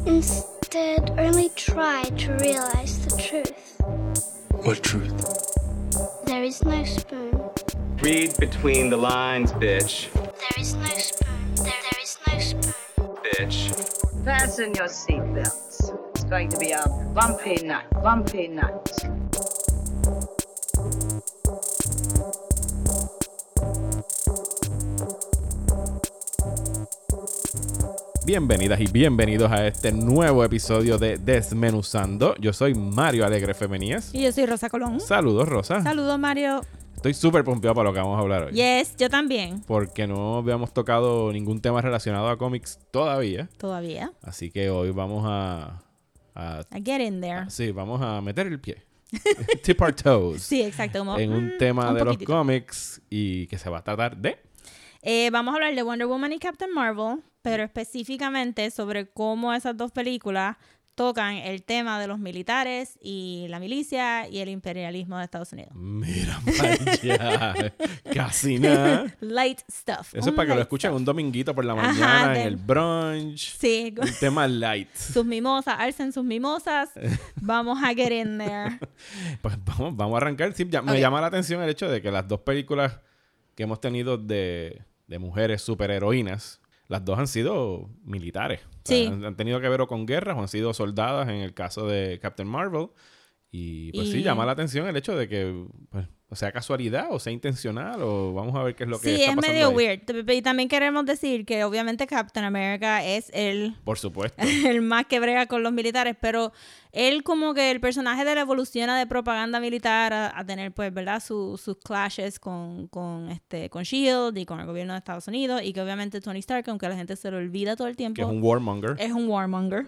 Instead, only try to realize the truth. What truth? There is no spoon. Read between the lines, bitch. There is no spoon. There is no spoon. Bitch. Fasten your seatbelts. It's going to be a bumpy night. Bumpy night. Bienvenidas y bienvenidos a este nuevo episodio de Desmenuzando. Yo soy Mario Alegre Femenías. Y yo soy Rosa Colón. Saludos, Rosa. Saludos, Mario. Estoy súper pompeado para lo que vamos a hablar hoy. Yes, yo también. Porque no habíamos tocado ningún tema relacionado a cómics todavía. Todavía. Así que hoy vamos a get in there. sí, vamos a meter el pie. Tip our toes. Sí, exacto. Como, en un tema un de poquitito. los cómics y que se va a tratar de... Vamos a hablar de Wonder Woman y Captain Marvel, pero específicamente sobre cómo esas dos películas tocan el tema de los militares y la milicia y el imperialismo de Estados Unidos. Mira, vaya. Casi nada. Light stuff. Eso es para que lo light escuchen stuff. un dominguito por la Ajá, mañana en el brunch. Sí. Un tema light. Sus mimosas, alcen sus mimosas. Vamos a get in there. Pues vamos a arrancar. Sí, me llama la atención el hecho de que las dos películas que hemos tenido de mujeres superheroínas, las dos han sido militares. Sí. O sea, han tenido que ver o con guerras o han sido soldadas en el caso de Captain Marvel. Y pues sí, llama la atención el hecho de que, pues, o sea casualidad o sea intencional o vamos a ver qué es lo que está pasando. Sí, es medio ahí. weird. Y también queremos decir que obviamente Captain America es Por supuesto. el más que brega con los militares, pero él como que el personaje de la evoluciona de propaganda militar a tener, pues, ¿verdad? Sus clashes con S.H.I.E.L.D. y con el gobierno de Estados Unidos, y que obviamente Tony Stark, aunque la gente se lo olvida todo el tiempo, Que es un warmonger. es un warmonger.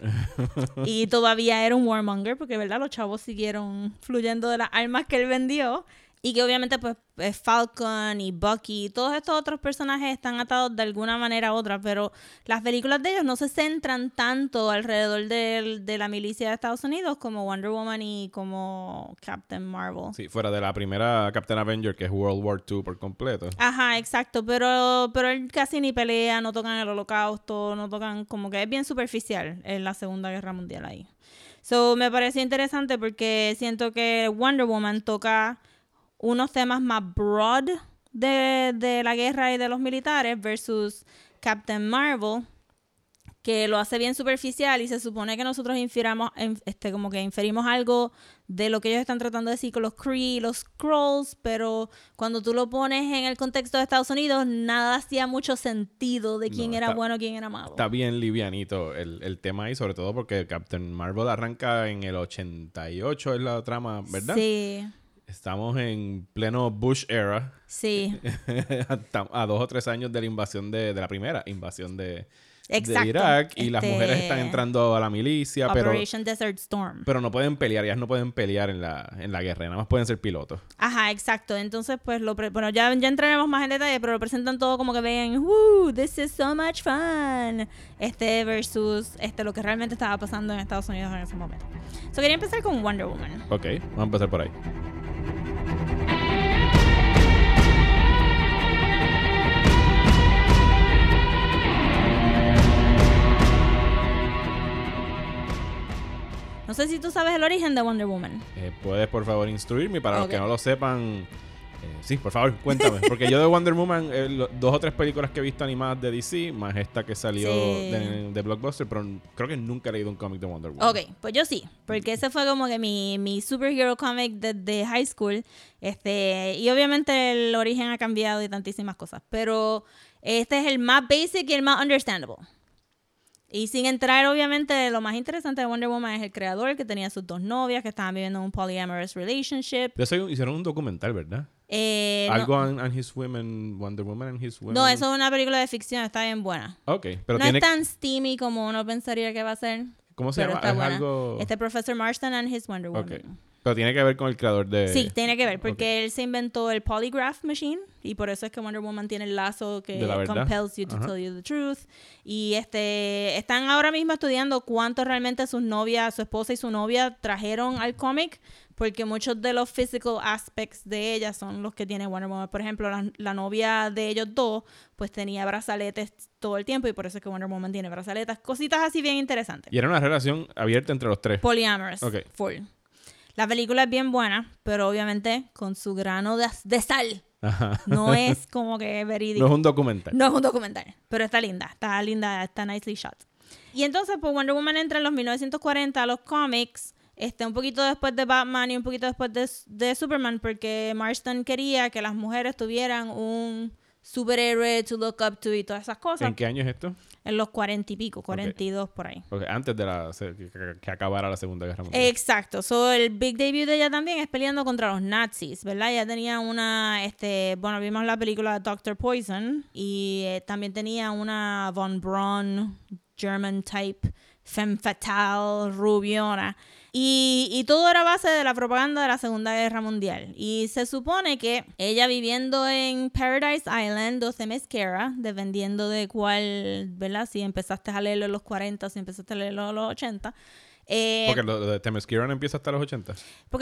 Y todavía era un warmonger porque, ¿verdad? Los chavos siguieron fluyendo de las armas que él vendió. Y que obviamente pues Falcon y Bucky, todos estos otros personajes están atados de alguna manera u otra, pero las películas de ellos no se centran tanto alrededor de la milicia de Estados Unidos como Wonder Woman y como Captain Marvel. Sí, fuera de la primera Captain Avenger, que es World War II por completo. Ajá, exacto, pero él casi ni pelea, no tocan el holocausto, no tocan, como que es bien superficial en la Segunda Guerra Mundial ahí. So, me pareció interesante porque siento que Wonder Woman toca unos temas más broad de la guerra y de los militares versus Captain Marvel, que lo hace bien superficial y se supone que nosotros inferimos algo de lo que ellos están tratando de decir con los Kree y los Skrulls, pero cuando tú lo pones en el contexto de Estados Unidos, nada hacía mucho sentido de quién era bueno, quién era malo. Está bien livianito el tema ahí, sobre todo porque Captain Marvel arranca en el 88, es la trama, ¿verdad? Sí. Estamos en pleno Bush era. Sí. A 2 o 3 años de la invasión de la primera invasión de Exacto. Irak. Y las mujeres están entrando a la milicia. Operation Desert Storm. Pero no pueden pelear. Ellas no pueden pelear en la guerra. Nada más pueden ser pilotos. Ajá, exacto. Entonces, pues, bueno, ya entraremos más en detalle, pero lo presentan todo como que ven, this is so much fun. Versus lo que realmente estaba pasando en Estados Unidos en ese momento. So, quería empezar con Wonder Woman. Ok, vamos a empezar por ahí. No sé si tú sabes el origen de Wonder Woman. ¿Puedes, por favor, instruirme? Para los Ok. que no lo sepan... sí, por favor, cuéntame. Porque yo de Wonder Woman, 2 o 3 películas que he visto animadas de DC, más esta que salió Sí. de Blockbuster, pero creo que nunca he leído un cómic de Wonder Woman. Ok, pues yo sí, porque ese fue como que mi superhero comic de high school, y obviamente el origen ha cambiado y tantísimas cosas, pero este es el más basic y el más understandable. Y sin entrar, obviamente, lo más interesante de Wonder Woman es el creador, que tenía sus 2 novias, que estaban viviendo un polyamorous relationship. De eso hicieron un documental, ¿verdad? Algo and His Women, Wonder Woman and His Women. No, eso es una película de ficción, está bien buena. Ok, pero No tiene... es tan steamy como uno pensaría que va a ser. ¿Cómo se pero llama? está Es buena. algo... Professor Marston and His Wonder Woman. Ok. Pero tiene que ver con el creador de... Sí, tiene que ver, porque él se inventó el polygraph machine y por eso es que Wonder Woman tiene el lazo que De la verdad. compels you to tell you the truth. Y están ahora mismo estudiando cuánto realmente sus novias, su esposa y su novia trajeron al cómic, porque muchos de los physical aspects de ella son los que tiene Wonder Woman. Por ejemplo, la novia de ellos dos, pues tenía brazaletes todo el tiempo y por eso es que Wonder Woman tiene brazaletes. Cositas así bien interesantes. Y era una relación abierta entre los tres. Polyamorous. Ok. Full. La película es bien buena, pero obviamente con su grano de sal. Ajá. No es como que verídico. No es un documental. No es un documental, pero está linda, está nicely shot. Y entonces, pues Wonder Woman entra en los 1940 a los cómics, un poquito después de Batman y un poquito después de Superman, porque Marston quería que las mujeres tuvieran un superhéroe to look up to y todas esas cosas. ¿En qué año es esto? En los 40 y pico, 42 por ahí. Okay, antes de que acabara la Segunda Guerra Mundial. Exacto. So, el big debut de ella también es peleando contra los nazis, ¿verdad? Ella tenía una, bueno, vimos la película Doctor Poison y también tenía una Von Braun, German type, femme fatale, rubiona. Y todo era base de la propaganda de la Segunda Guerra Mundial. Y se supone que ella viviendo en Paradise Island o Themyscira, dependiendo de cuál, ¿verdad? Si empezaste a leerlo en los 40, si empezaste a leerlo en los 80. Porque lo de Themyscira no empieza hasta los 80.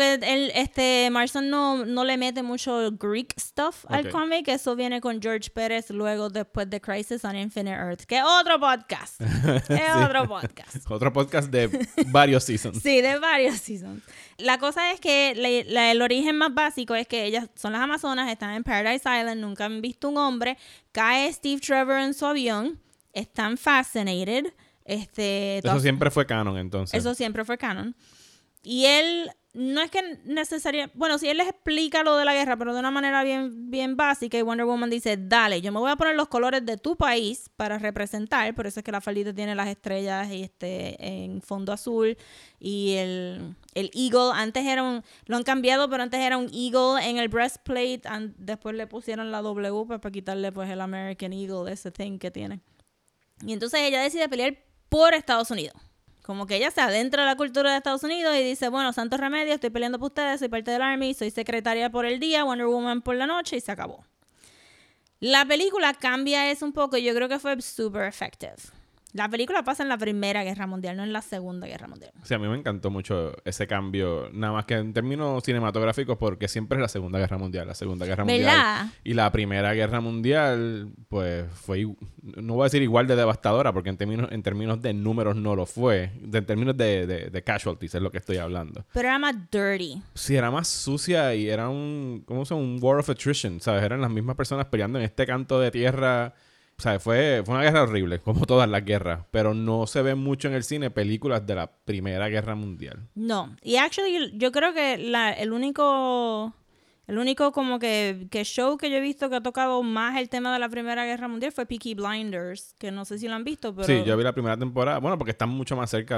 Porque Marston no le mete mucho Greek stuff al cómic. Eso viene con George Pérez luego después de Crisis on Infinite Earth, que es otro podcast. Otro podcast. Otro podcast de varios seasons. Sí, de varios seasons. La cosa es que el origen más básico es que ellas son las Amazonas, están en Paradise Island, nunca han visto un hombre. Cae Steve Trevor en su avión, están fascinated. Eso siempre fue canon, entonces. Eso siempre fue canon. Y él, no es que necesariamente... Bueno, sí, él les explica lo de la guerra, pero de una manera bien, bien básica. Y Wonder Woman dice, dale, yo me voy a poner los colores de tu país para representar. Por eso es que la faldita tiene las estrellas y en fondo azul. Y el eagle, antes era lo han cambiado, pero antes era un eagle en el breastplate. Después le pusieron la W para quitarle pues el American Eagle, ese thing que tiene. Y entonces ella decide pelear por Estados Unidos. Como que ella se adentra a la cultura de Estados Unidos y dice, bueno, santo remedio, estoy peleando por ustedes, soy parte del Army, soy secretaria por el día, Wonder Woman por la noche y se acabó. La película cambia eso un poco y yo creo que fue super effective. La película pasa en la Primera Guerra Mundial, no en la Segunda Guerra Mundial. Sí, a mí me encantó mucho ese cambio, nada más que en términos cinematográficos, porque siempre es la Segunda Guerra Mundial. La Segunda Guerra Mundial ¿verdad? Y la Primera Guerra Mundial, pues fue, no voy a decir igual de devastadora, porque en términos de números no lo fue. En términos de casualties es lo que estoy hablando. Pero era más dirty. Sí, era más sucia y era un war of attrition, ¿sabes? Eran las mismas personas peleando en este canto de tierra. O sea, fue una guerra horrible, como todas las guerras. Pero no se ven mucho en el cine películas de la Primera Guerra Mundial. No. Y actually, yo creo que el único como que show que yo he visto que ha tocado más el tema de la Primera Guerra Mundial fue Peaky Blinders, que no sé si lo han visto, pero... Sí, yo vi la primera temporada. Bueno, porque están mucho más cerca a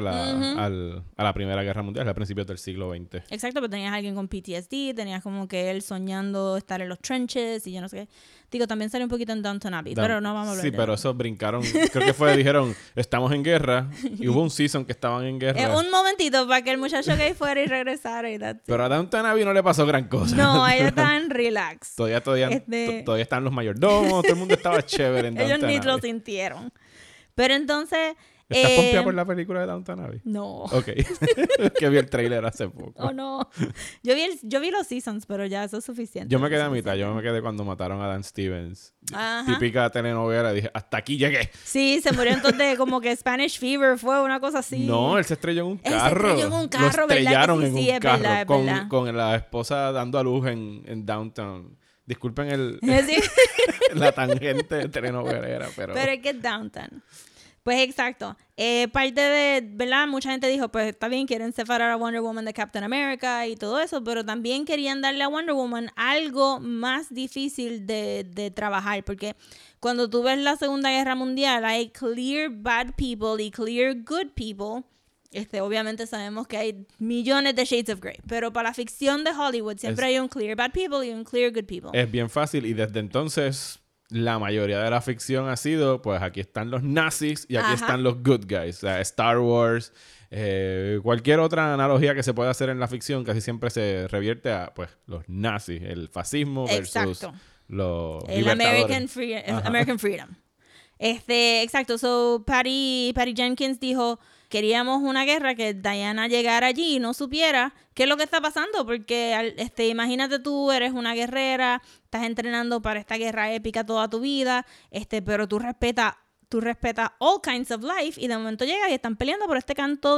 la Primera Guerra Mundial, a principios del siglo XX. Exacto, pero tenías a alguien con PTSD, tenías como que él soñando estar en los trenches y yo no sé qué. Digo, también salió un poquito en Downton Abbey, pero no vamos a hablar Sí, de pero esos brincaron. Creo que dijeron, estamos en guerra. Y hubo un season que estaban en guerra. Un momentito para que el muchacho gay fuera y regresara y that's it. Pero a Downton Abbey no le pasó gran cosa. No, ellos estaban relax. Todavía estaban los mayordomos, todo el mundo estaba chévere en Downton Ellos ni Abbey. lo sintieron. Pero entonces... ¿Estás pompeada por la película de Downton Abbey? No. Ok. Que vi el trailer hace poco. Oh, no. Yo vi los seasons, pero ya eso es suficiente. Yo me quedé a mitad. Yo me quedé cuando mataron a Dan Stevens. Ajá. Típica telenovela. Dije, hasta aquí llegué. Sí, se murió entonces como que Spanish Fever fue una cosa así. No, él se estrelló en un carro. Él se estrelló en un carro, Lo ¿verdad? estrellaron Que sí, en sí, un es carro. verdad, es verdad. Con la esposa dando a luz en Downtown. Disculpen Sí. la tangente telenovelera, pero es que es Downtown. Pues exacto. Parte de, ¿verdad? Mucha gente dijo, pues está bien, quieren separar a Wonder Woman de Captain America y todo eso, pero también querían darle a Wonder Woman algo más difícil de trabajar, porque cuando tú ves la Segunda Guerra Mundial hay clear bad people y clear good people. Obviamente sabemos que hay millones de shades of grey, pero para la ficción de Hollywood siempre hay un clear bad people y un clear good people. es bien fácil y desde entonces la mayoría de la ficción ha sido, pues aquí están los nazis y aquí están los good guys. O sea, Star Wars, cualquier otra analogía que se pueda hacer en la ficción casi siempre se revierte a, pues, los nazis, el fascismo versus los el libertadores. American Freedom. Exacto. So, Patty Jenkins dijo, queríamos una guerra que Diana llegara allí y no supiera qué es lo que está pasando, porque imagínate tú, eres una guerrera, estás entrenando para esta guerra épica toda tu vida, pero tú respetas all kinds of life, y de momento llegas y están peleando por este canto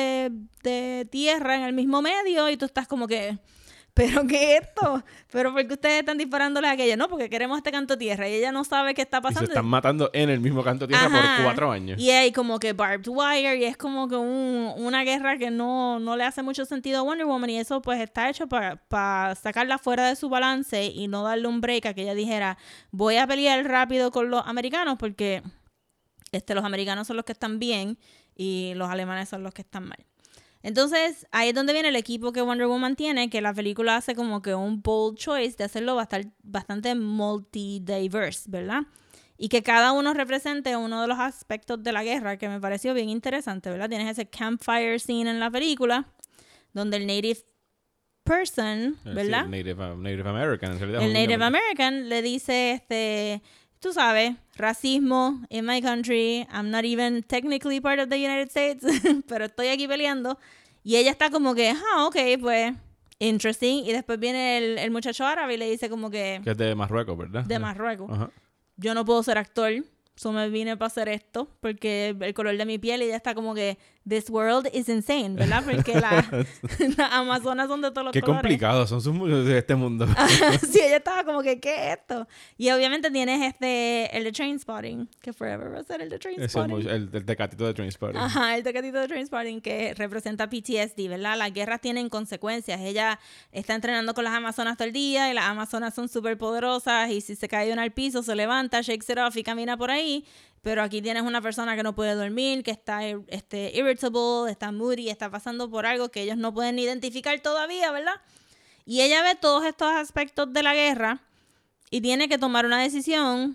de tierra en el mismo medio, y tú estás como que, ¿pero qué es esto? ¿Pero por qué ustedes están disparándole a aquella? No, porque queremos este canto de tierra, y ella no sabe qué está pasando. Y se están matando en el mismo canto de tierra por 4 años. Y hay como que barbed wire, y es como que una guerra que no le hace mucho sentido a Wonder Woman, y eso pues está hecho para sacarla fuera de su balance y no darle un break a que ella dijera, voy a pelear rápido con los americanos, porque los americanos son los que están bien y los alemanes son los que están mal. Entonces, ahí es donde viene el equipo que Wonder Woman tiene, que la película hace como que un bold choice de hacerlo bastante multi-diverse, ¿verdad? Y que cada uno represente uno de los aspectos de la guerra, que me pareció bien interesante, ¿verdad? Tienes ese campfire scene en la película, donde el native person, ¿verdad? Sí, Native American, en realidad. El Native American le dice, tú sabes, racismo in my country, I'm not even technically part of the United States, pero estoy aquí peleando. Y ella está como que, ok, pues, interesting. Y después viene el muchacho árabe y le dice como que... Que es de Marruecos, ¿verdad? De Marruecos. Ajá. Yo no puedo ser actor, so me vine para hacer esto, porque el color de mi piel, y ella está como que, this world is insane, ¿verdad? Porque las Amazonas son de todos los Qué colores. complicados son este mundo. Sí, ella estaba como que, ¿qué es esto? Y obviamente tienes el de Trainspotting, que forever va a ser el de Trainspotting. El tecatito de Trainspotting. Ajá, el tecatito de Trainspotting, que representa PTSD, ¿verdad? Las guerras tienen consecuencias. Ella está entrenando con las Amazonas todo el día, y las Amazonas son súper poderosas, y si se cae una al piso, se levanta, shakes it off y camina por ahí. Pero aquí tienes una persona que no puede dormir, que está irritable, está moody, está pasando por algo que ellos no pueden identificar todavía, ¿verdad? Y ella ve todos estos aspectos de la guerra y tiene que tomar una decisión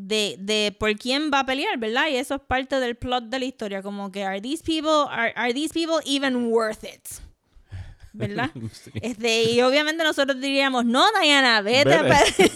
de por quién va a pelear, ¿verdad? Y eso es parte del plot de la historia, como que are these people even worth it? ¿Verdad? Sí. Y obviamente nosotros diríamos, no, Diana, vete a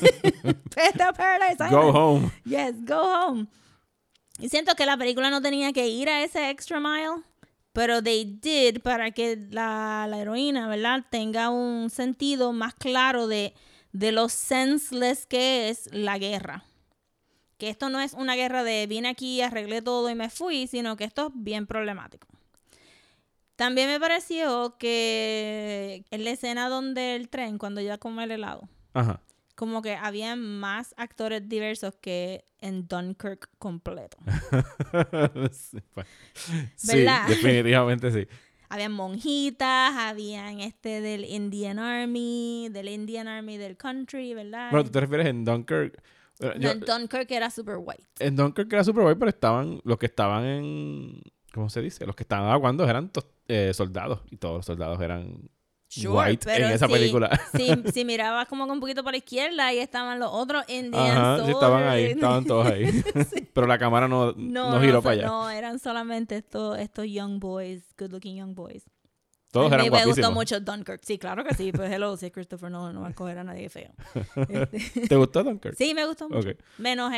Paradise Island. Go home. Yes, go home. Y siento que la película no tenía que ir a ese extra mile, pero they did, para que la heroína, ¿verdad?, tenga un sentido más claro de lo senseless que es la guerra. Que esto no es una guerra de vine aquí, arreglé todo y me fui, sino que esto es bien problemático. También me pareció que en la escena donde el tren, cuando ella come el helado, Ajá. como que había más actores diversos que en Dunkirk completo. Sí, ¿Verdad? definitivamente sí. Habían monjitas, habían del Indian Army del country, ¿verdad? Bueno, tú te refieres en Dunkirk. En Dunkirk era super white. En Dunkirk era super guay, pero los que estaban en... ¿Cómo se dice? Los que estaban aguando eran soldados. Y todos los soldados eran white pero en esa película. Si mirabas como que un poquito para la izquierda, ahí estaban los otros Indian Ajá, sí, estaban ahí. Estaban todos ahí. Sí. Pero la cámara no giró para allá. No, eran solamente estos young boys, good looking young boys. Todos eran me guapísimos. gustó mucho Dunkirk. Sí, claro que sí. Pues hello, si Christopher Nolan no va a coger a nadie feo. ¿Te gustó Dunkirk? Sí, me gustó mucho. Okay. Menos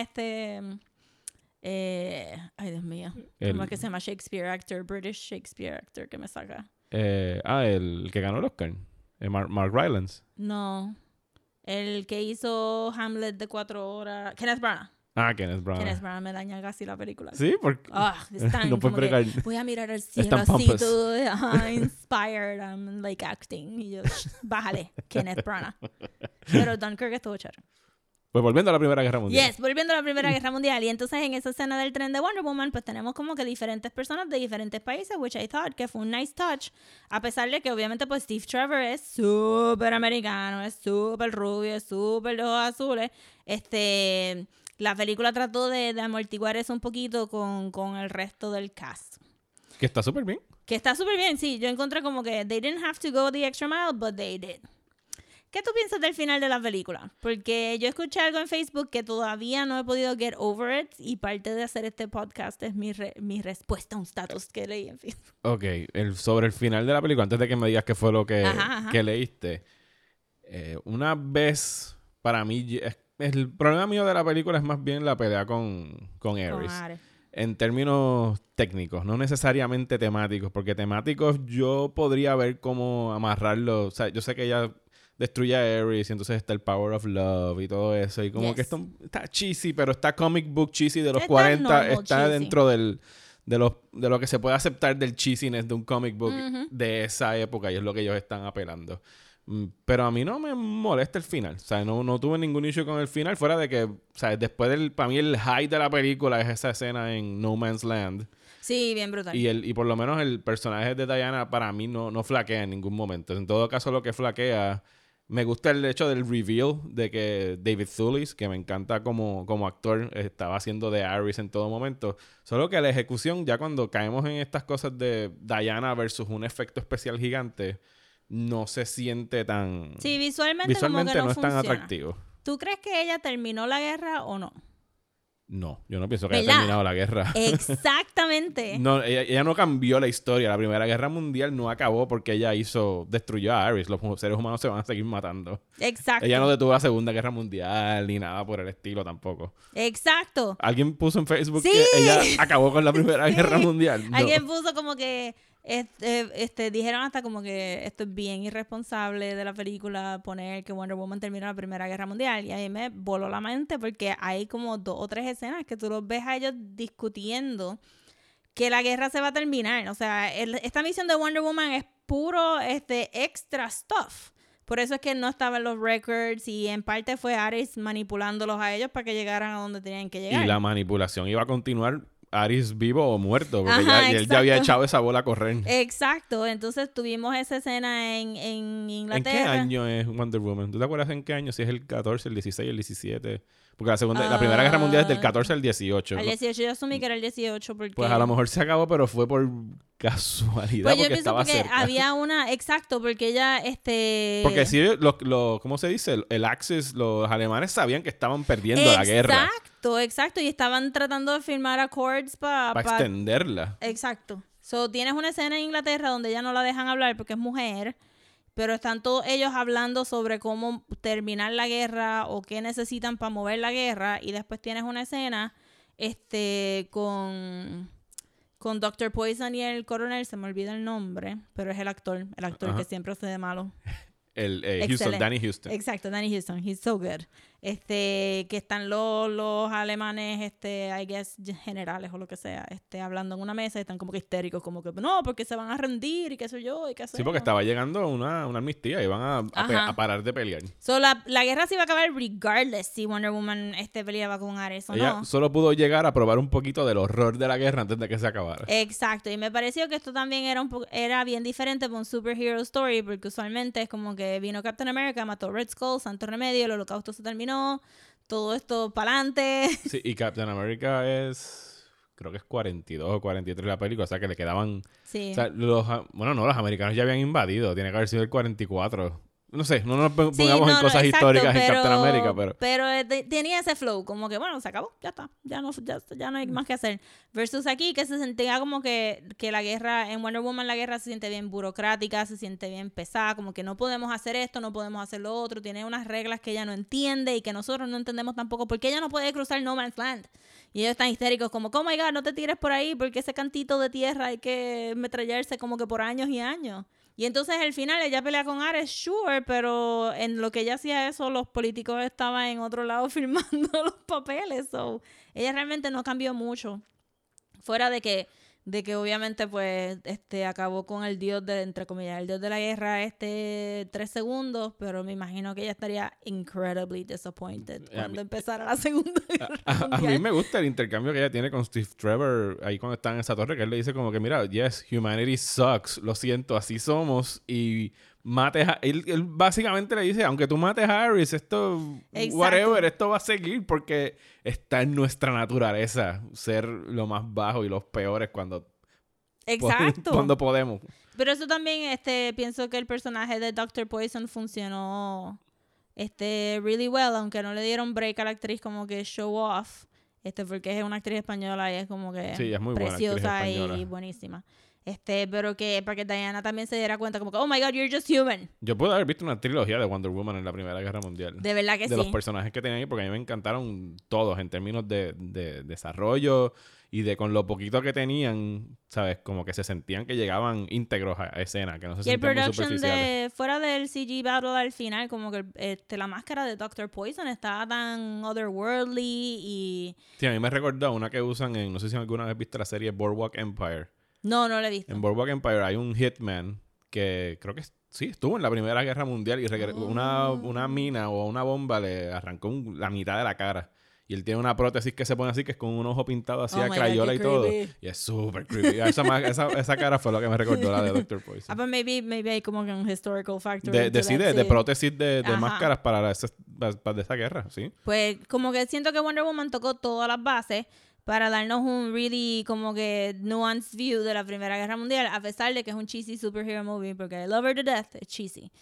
ay, Dios mío. ¿Cómo es que se llama? British Shakespeare actor que me saca. El que ganó el Oscar. Mark Rylance. No. El que hizo Hamlet de 4 horas. Kenneth Branagh. Kenneth Branagh. Kenneth Branagh me daña casi la película. Sí, porque están no puedes como que, bregar. voy a mirar al Están cielo así, pompous. todo inspired, I'm like acting. Y yo, bájale, Kenneth Branagh. Pero Dunkirk estuvo chévere. Pues volviendo a la Primera Guerra Mundial. Yes, volviendo a la Primera Guerra Mundial. Y entonces en esa escena del tren de Wonder Woman, pues tenemos como que diferentes personas de diferentes países, which I thought que fue un nice touch. A pesar de que obviamente pues Steve Trevor es súper americano, es súper rubio, es súper de ojos azules. La película trató de amortiguar eso un poquito con el resto del cast. Que está súper bien. Que está súper bien, sí. Yo encontré como que they didn't have to go the extra mile, but they did. ¿Qué tú piensas del final de la película? Porque yo escuché algo en Facebook que todavía no he podido get over it y parte de hacer este podcast es mi respuesta a un status que leí en Facebook. Ok, sobre el final de la película, antes de que me digas qué fue lo que leíste. Una vez, para mí, el problema mío de la película es más bien la pelea con Ares. En términos técnicos, no necesariamente temáticos, porque temáticos yo podría ver cómo amarrarlo. O sea, yo sé que ella destruye a Ares y entonces está el Power of Love y todo eso. Y como que esto está cheesy, pero está comic book cheesy de los 40. Está cheesy dentro de lo que se puede aceptar del cheesiness de un comic book de esa época y es lo que ellos están apelando. Pero a mí no me molesta el final. O sea, no tuve ningún issue con el final. Fuera de que, o sea, después para mí el high de la película es esa escena en No Man's Land. Sí, bien brutal. Y por lo menos el personaje de Diana para mí no flaquea en ningún momento. En todo caso, lo que flaquea... Me gusta el hecho del reveal de que David Thewlis, que me encanta como actor, estaba haciendo de Ares en todo momento. Solo que la ejecución, ya cuando caemos en estas cosas de Diana versus un efecto especial gigante... no se siente tan... Sí, visualmente como que no es tan funciona. atractivo. ¿Tú crees que ella terminó la guerra o no? No, yo no pienso que haya terminado la guerra. Exactamente. No, ella no cambió la historia. La Primera Guerra Mundial no acabó porque ella destruyó a Ares. Los seres humanos se van a seguir matando. Exacto. Ella no detuvo la Segunda Guerra Mundial ni nada por el estilo tampoco. Exacto. Alguien puso en Facebook que ella acabó con la Primera Guerra Mundial. No. Alguien puso como que... dijeron hasta como que esto es bien irresponsable de la película poner que Wonder Woman terminó la Primera Guerra Mundial y ahí me voló la mente porque hay como 2 o 3 escenas que tú los ves a ellos discutiendo que la guerra se va a terminar. O sea, esta misión de Wonder Woman es puro extra stuff. Por eso es que no estaban los records y en parte fue Ares manipulándolos a ellos para que llegaran a donde tenían que llegar. Y la manipulación iba a continuar Ares vivo o muerto, porque él ya había echado esa bola a correr. Exacto. Entonces tuvimos esa escena en Inglaterra. ¿En qué año es Wonder Woman? ¿Tú te acuerdas en qué año? Si es el 14, el 16, el 17... Porque la Primera Guerra Mundial es del 14 al 18. Al 18, yo asumí que era el 18 porque... Pues a lo mejor se acabó, pero fue por casualidad, pues yo porque estaba porque cerca. había una... Exacto, porque ella, Porque sí, ¿cómo se dice? El Axis, los alemanes sabían que estaban perdiendo la guerra. Exacto. Y estaban tratando de firmar accords para extenderla. Exacto. So, tienes una escena en Inglaterra donde ella no la dejan hablar porque es mujer... Pero están todos ellos hablando sobre cómo terminar la guerra o qué necesitan para mover la guerra. Y después tienes una escena con Dr. Poison y el coronel. Se me olvida el nombre, pero es el actor que siempre hace de malo. Danny Houston. Exacto, Danny Houston. He's so good. Que están los alemanes, I guess, generales o lo que sea, hablando en una mesa y están como que histéricos, como que no, porque se van a rendir y qué sé yo, y qué sé. Sí, porque estaba llegando una amnistía y van a parar de pelear. So, la guerra se iba a acabar regardless si Wonder Woman peleaba con Ares o Ella no. solo pudo llegar a probar un poquito del horror de la guerra antes de que se acabara. Exacto, y me pareció que esto también era bien diferente para un superhero story, porque usualmente es como que vino Captain America, mató Red Skull, santo remedio, el holocausto se terminó, todo esto para adelante. Sí, y Captain America creo que es 42 o 43 la película, o sea que le quedaban... Sí. O sea, los americanos ya habían invadido, tiene que haber sido el 44. No sé, no nos pongamos en cosas históricas en Captain America, pero... Pero tenía ese flow, como que, bueno, se acabó, ya está, ya no hay más que hacer. Versus aquí, que se sentía como que la guerra, en Wonder Woman la guerra se siente bien burocrática, se siente bien pesada, como que no podemos hacer esto, no podemos hacer lo otro, tiene unas reglas que ella no entiende y que nosotros no entendemos tampoco, porque ella no puede cruzar No Man's Land. Y ellos están histéricos, como, oh my God, no te tires por ahí, porque ese cantito de tierra hay que metrallarse como que por años y años. Y entonces al final ella pelea con Ares, sure, pero en lo que ella hacía eso, los políticos estaban en otro lado firmando los papeles. So, ella realmente no cambió mucho. Fuera de que obviamente pues acabó con el dios entre comillas, el dios de la guerra 3 segundos, pero me imagino que ella estaría incredibly disappointed cuando empezara la Segunda Guerra Mundial. A mí me gusta el intercambio que ella tiene con Steve Trevor ahí cuando están en esa torre, que él le dice como que mira, yes, humanity sucks, lo siento, así somos, y mates a... Él básicamente le dice, aunque tú mates a Ares, esto, exacto, whatever, esto va a seguir porque está en nuestra naturaleza ser lo más bajo y los peores cuando Exacto. Cuando podemos. Pero eso también, pienso que el personaje de Dr. Poison funcionó, really well, aunque no le dieron break a la actriz como que show off, porque es una actriz española y es como que Sí, es muy buena actriz preciosa española. y buenísima. Pero que para que Diana también se diera cuenta como que, oh my God, you're just human. Yo pude haber visto una trilogía de Wonder Woman en la Primera Guerra Mundial. De verdad que de sí. los personajes que tenían ahí, porque a mí me encantaron todos en términos de desarrollo y de con lo poquito que tenían, ¿sabes? Como que se sentían que llegaban íntegros a escena, que no se Y el sentían muy production superficiales. fuera del CG battle al final, como que la máscara de Dr. Poison estaba tan otherworldly y... Sí, a mí me recordó una que usan en, no sé si alguna vez viste la serie Boardwalk Empire. No lo he visto. En Boardwalk Empire hay un hitman que creo que sí, estuvo en la Primera Guerra Mundial y una mina o una bomba le arrancó la mitad de la cara. Y él tiene una prótesis que se pone así, que es con un ojo pintado así Oh a my God, crayola qué y todo. creepy. Y es súper creepy. Esa cara fue lo que me recordó la de Dr. Poison. Pues maybe hay como que un historical factor. into De that, prótesis de Ajá. máscaras para esa guerra, sí. Pues como que siento que Wonder Woman tocó todas las bases para darnos un really como que nuanced view de la Primera Guerra Mundial, a pesar de que es un cheesy superhero movie, porque I love her to death, es cheesy.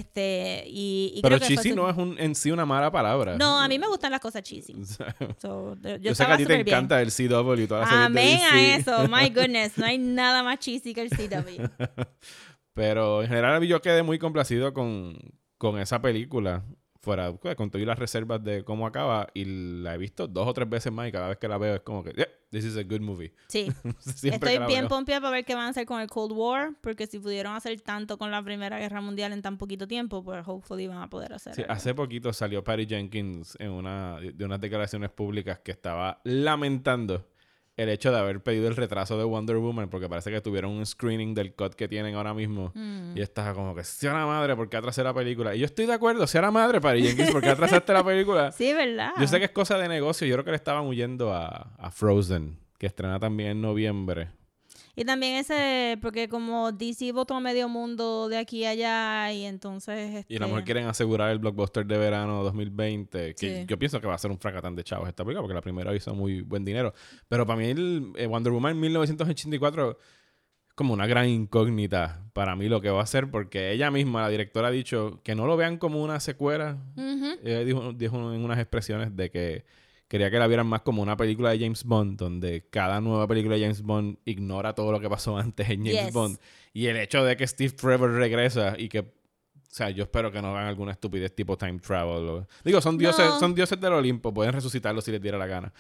Y Pero creo que cheesy fue no es en sí una mala palabra. No, a mí me gustan las cosas cheesy. So, yo sé que a ti te encanta el CW y toda la serie Amén de a DC. eso, my goodness, no hay nada más cheesy que el CW. Pero en general yo quedé muy complacido con esa película. Fuera, con todas las reservas de cómo acaba. Y la he visto 2 o 3 veces más. Y cada vez que la veo es como que, yeah, this is a good movie. Sí. Siempre que Estoy la bien veo. pompeada para ver qué van a hacer con el Cold War, porque si pudieron hacer tanto con la Primera Guerra Mundial en tan poquito tiempo, pues hopefully van a poder hacer Sí, algo. hace poquito salió Patty Jenkins de unas declaraciones públicas que estaba lamentando el hecho de haber pedido el retraso de Wonder Woman, porque parece que tuvieron un screening del cut que tienen ahora mismo. Y estaba como que, sea la madre, ¿por qué atrasé la película? Y yo estoy de acuerdo, sea la madre, Patty Jenkins, ¿por qué atrasaste la película? Sí, ¿verdad? Yo sé que es cosa de negocio. Yo creo que le estaban huyendo a Frozen, que estrena también en noviembre. Y también porque como DC votó a medio mundo de aquí a allá, y entonces... Y a lo mejor quieren asegurar el blockbuster de verano 2020, que Sí. yo pienso que va a ser un fracatán de chavos esta película, porque la primera hizo muy buen dinero. Pero para mí el Wonder Woman 1984 es como una gran incógnita para mí lo que va a ser, porque ella misma, la directora, ha dicho que no lo vean como una secuela. Ujú. Ella dijo en unas expresiones de que quería que la vieran más como una película de James Bond, donde cada nueva película de James Bond ignora todo lo que pasó antes en James Yes. Bond. Y el hecho de que Steve Trevor regresa y que, o sea, yo espero que no hagan alguna estupidez tipo time travel. Digo, son dioses, No. son dioses del Olimpo, pueden resucitarlos si les diera la gana.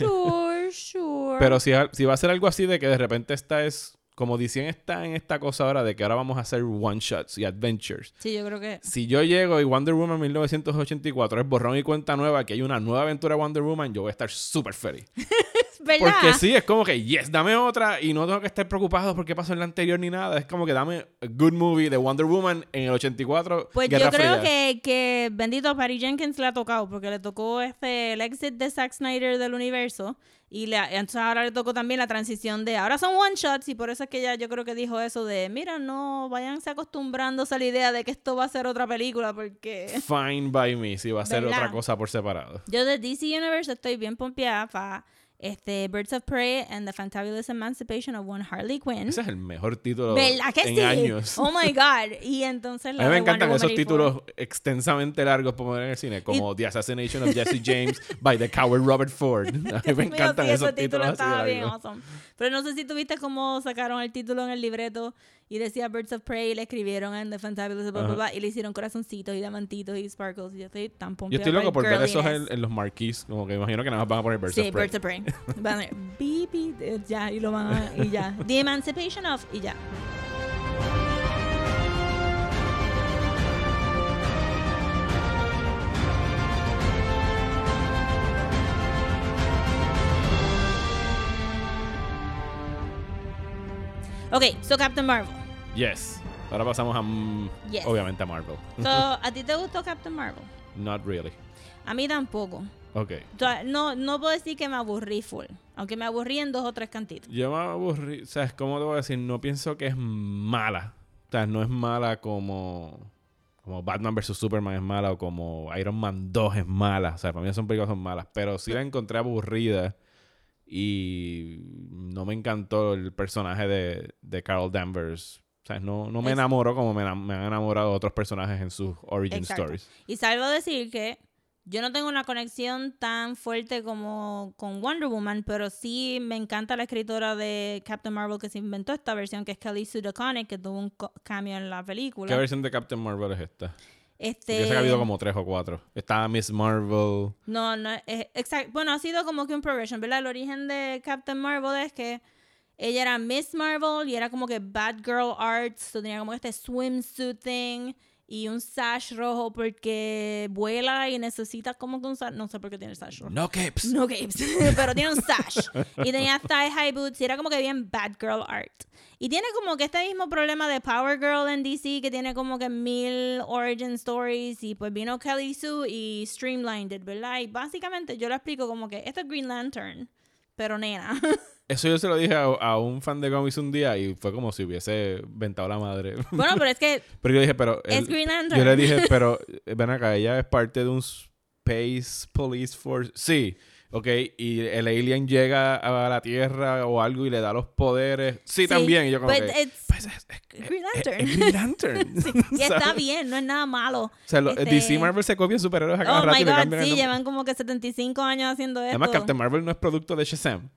Sure. Pero si va a ser algo así de que de repente como dicen, está en esta cosa ahora de que ahora vamos a hacer one shots y adventures. Sí, yo creo que... Si yo llego y Wonder Woman 1984 es borrón y cuenta nueva, que hay una nueva aventura de Wonder Woman, yo voy a estar súper feliz. ¿Verdad? Porque sí, es como que, yes, dame otra y no tengo que estar preocupado porque pasó en la anterior ni nada. Es como que dame a good movie de Wonder Woman en el 84. Pues Guerra yo creo Fría. que bendito a Patty Jenkins le ha tocado, porque le tocó el exit de Zack Snyder del universo, y entonces ahora le tocó también la transición de ahora son one shots, y por eso es que ella yo creo que dijo eso de mira, no, váyanse acostumbrándose a la idea de que esto va a ser otra película, porque Fine by me, si va a ser ¿Verdad? otra cosa por separado. yo de DC Universe estoy bien pompeada para Birds of Prey and the Fantabulous Emancipation of One Harley Quinn. Ese es el mejor título ¿Verdad que en sí? años. Oh my God. Y entonces A mí me encantan esos 84. títulos extensamente largos para poner en el cine, como The Assassination of Jesse James by the Coward Robert Ford. A mí me Dios mío, encantan sí, esos ese título títulos así estaba bien largos. awesome. Pero no sé si tuviste cómo sacaron el título en el libreto y decía Birds of Prey y le escribieron en The Fantabulous bla, bla, bla, y le hicieron corazoncitos y diamantitos y sparkles, y yo estoy tan Yo pompeada estoy loco por ver esos girliness. en los marquees, como que imagino que nada más van a poner Birds Sí, of Prey. Birds of Prey. Van a ver, beep, beep, ya, y lo van a, y ya. The Emancipation of, y ya. Ok, so Captain Marvel. Yes. Ahora pasamos a, Yes. obviamente, a Marvel. So, ¿a ti te gustó Captain Marvel? Not really. A mí tampoco. Ok. O sea, no puedo decir que me aburrí full. Aunque me aburrí en 2 o 3 cantitos. Yo me aburrí, o sea, ¿cómo te voy a decir? No pienso que es mala. O sea, no es mala como Batman vs. Superman es mala o como Iron Man 2 es mala. O sea, para mí son películas son malas. Pero sí la encontré aburrida Y no me encantó el personaje de Carol Danvers. O sea, no me enamoró como me han enamorado otros personajes en sus origin Exacto. stories. Y salvo decir que yo no tengo una conexión tan fuerte como con Wonder Woman, pero sí me encanta la escritora de Captain Marvel que se inventó esta versión, que es Kelly Sue DeConnick, que tuvo un cameo en la película. ¿Qué versión de Captain Marvel es esta? Yo sé que ha Este, habido como 3 o 4. Está Miss Marvel. no, exacto. Bueno, ha sido como que un progression, ¿verdad? El origen de Captain Marvel es que ella era Miss Marvel y era como que Bad Girl Arts, so tenía como este swimsuit thing y un sash rojo porque vuela y necesita como que un sash, no sé por qué tiene el sash rojo. No capes. No capes, pero tiene un sash. Y tenía thigh high boots y era como que bien bad girl art. Y tiene como que este mismo problema de Power Girl en DC, que tiene como que 1000 origin stories. Y pues vino Kelly Sue y streamlined it, ¿verdad? Y básicamente yo lo explico como que esto es Green Lantern, pero nena. Eso yo se lo dije a un fan de cómics un día y fue como si hubiese ventado la madre. Bueno, pero es que Pero yo dije, pero... es Green Lantern. Yo le dije, pero ven acá, ella es parte de un Space Police Force. Sí, ok. Y el alien llega a la Tierra o algo y le da los poderes. Sí, también. Y yo como but que... it's Pues Green Lantern. es Green Lantern. Sí, y está bien, no es nada malo. O sea, DC y Marvel se copian superhéroes a cada Oh rato my y le God, cambian el sí, nombre. llevan como que 75 años haciendo esto. Además, Captain Marvel no es producto de Shazam.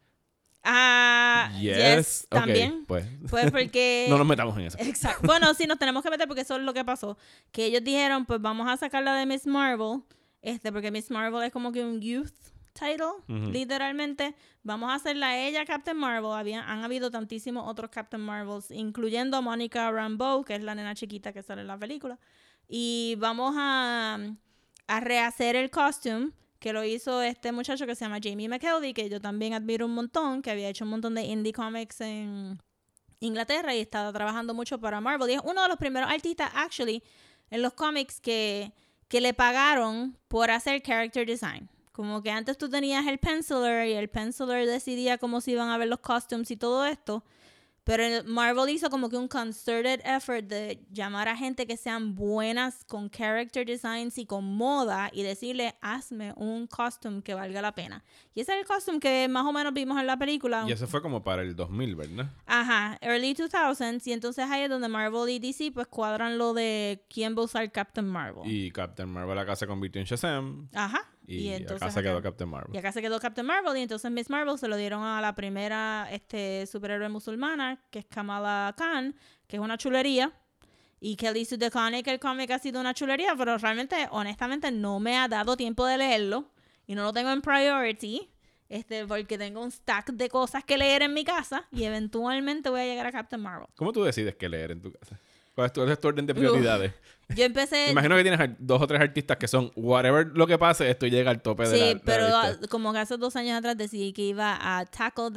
Yes, Ok, también. pues Pues porque... no nos metamos en eso. Exacto. Bueno, sí, nos tenemos que meter porque eso es lo que pasó. Que ellos dijeron, pues vamos a sacarla de Miss Marvel. Porque Miss Marvel es como que un youth title, literalmente. Vamos a hacerla a ella Captain Marvel. Han habido tantísimos otros Captain Marvels, incluyendo a Monica Rambeau, que es la nena chiquita que sale en la película. Y vamos a rehacer el costume, que lo hizo este muchacho que se llama Jamie McKelvey, que yo también admiro un montón, que había hecho un montón de indie comics en Inglaterra y estaba trabajando mucho para Marvel. Y es uno de los primeros artistas, actually, en los cómics que le pagaron por hacer character design. Como que antes tú tenías el penciler y el penciler decidía cómo se iban a ver los costumes y todo esto. Pero Marvel hizo como que un concerted effort de llamar a gente que sean buenas con character designs y con moda y decirle, hazme un costume que valga la pena. Y ese es el costume que más o menos vimos en la película. Y eso fue como para el 2000, ¿verdad? Ajá, early 2000s. Y entonces ahí es donde Marvel y DC pues cuadran lo de quién va a usar Captain Marvel. Y Captain Marvel acá se convirtió en Shazam. Ajá. Y entonces acá se quedó Captain Marvel. Y acá se quedó Captain Marvel. Y entonces Miss Marvel se lo dieron a la primera superhéroe musulmana, que es Kamala Khan, que es una chulería. Y Kelly Sue DeConnick, el cómic ha sido una chulería, pero realmente, honestamente, no me ha dado tiempo de leerlo. Y no lo tengo en priority. Porque tengo un stack de cosas que leer en mi casa. Y eventualmente voy a llegar a Captain Marvel. ¿Cómo tú decides qué leer en tu casa? ¿Cuál es tu orden de prioridades? Yo empecé... Me imagino que tienes 2 o 3 artistas que son whatever lo que pase, esto llega al tope de la Sí, pero lista. como que hace 2 años atrás decidí que iba a tackle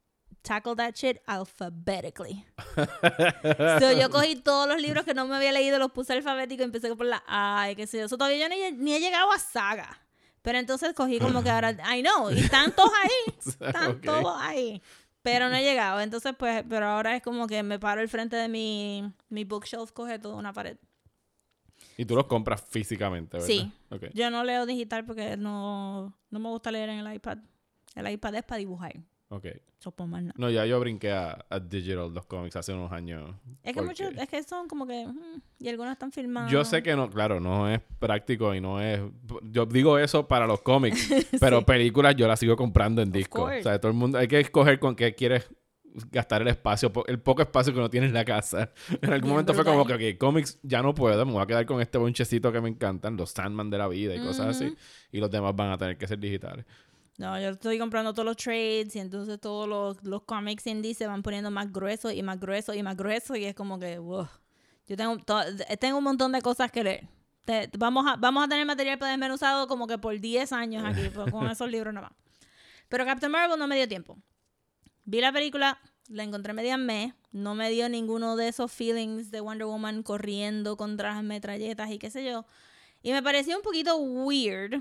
that shit alphabetically. So, yo cogí todos los libros que no me había leído, los puse alfabéticos y empecé por la A y qué sé yo. So, todavía yo ni he llegado a Saga. Pero entonces cogí como que ahora... I know, y están todos ahí. Están Ok. todos ahí. Pero no he llegado. Entonces, pues... Pero ahora es como que me paro al frente de mi bookshelf, coge toda una pared. Y tú los compras físicamente, ¿verdad? Sí. Okay. Yo no leo digital porque no me gusta leer en el iPad. El iPad es para dibujar. Ok. Eso por más nada. No, ya yo brinqué a digital los cómics hace unos años. Es que porque muchos, es que son como que... y algunos están filmados. yo sé que no, claro, no es práctico y no es... Yo digo eso para los cómics, pero películas yo las sigo comprando en disco. course. O sea, todo el mundo... Hay que escoger con qué quieres gastar el espacio, el poco espacio que uno tiene en la casa. En algún Bien momento fue brutal. como que, ok, cómics ya no puedo, me voy a quedar con este bonchecito que me encantan, los Sandman de la vida y cosas así, y los demás van a tener que ser digitales. No, yo estoy comprando todos los trades y entonces todos los cómics indie se van poniendo más gruesos y más gruesos y más gruesos y es como que, wow. Yo tengo un montón de cosas que leer. Vamos a tener material para desmenuzado como que por 10 años aquí, con esos libros nomás. Pero Captain Marvel no me dio tiempo. Vi la película, la encontré media meh, no me dio ninguno de esos feelings de Wonder Woman corriendo contra las metralletas y qué sé yo. Y me pareció un poquito weird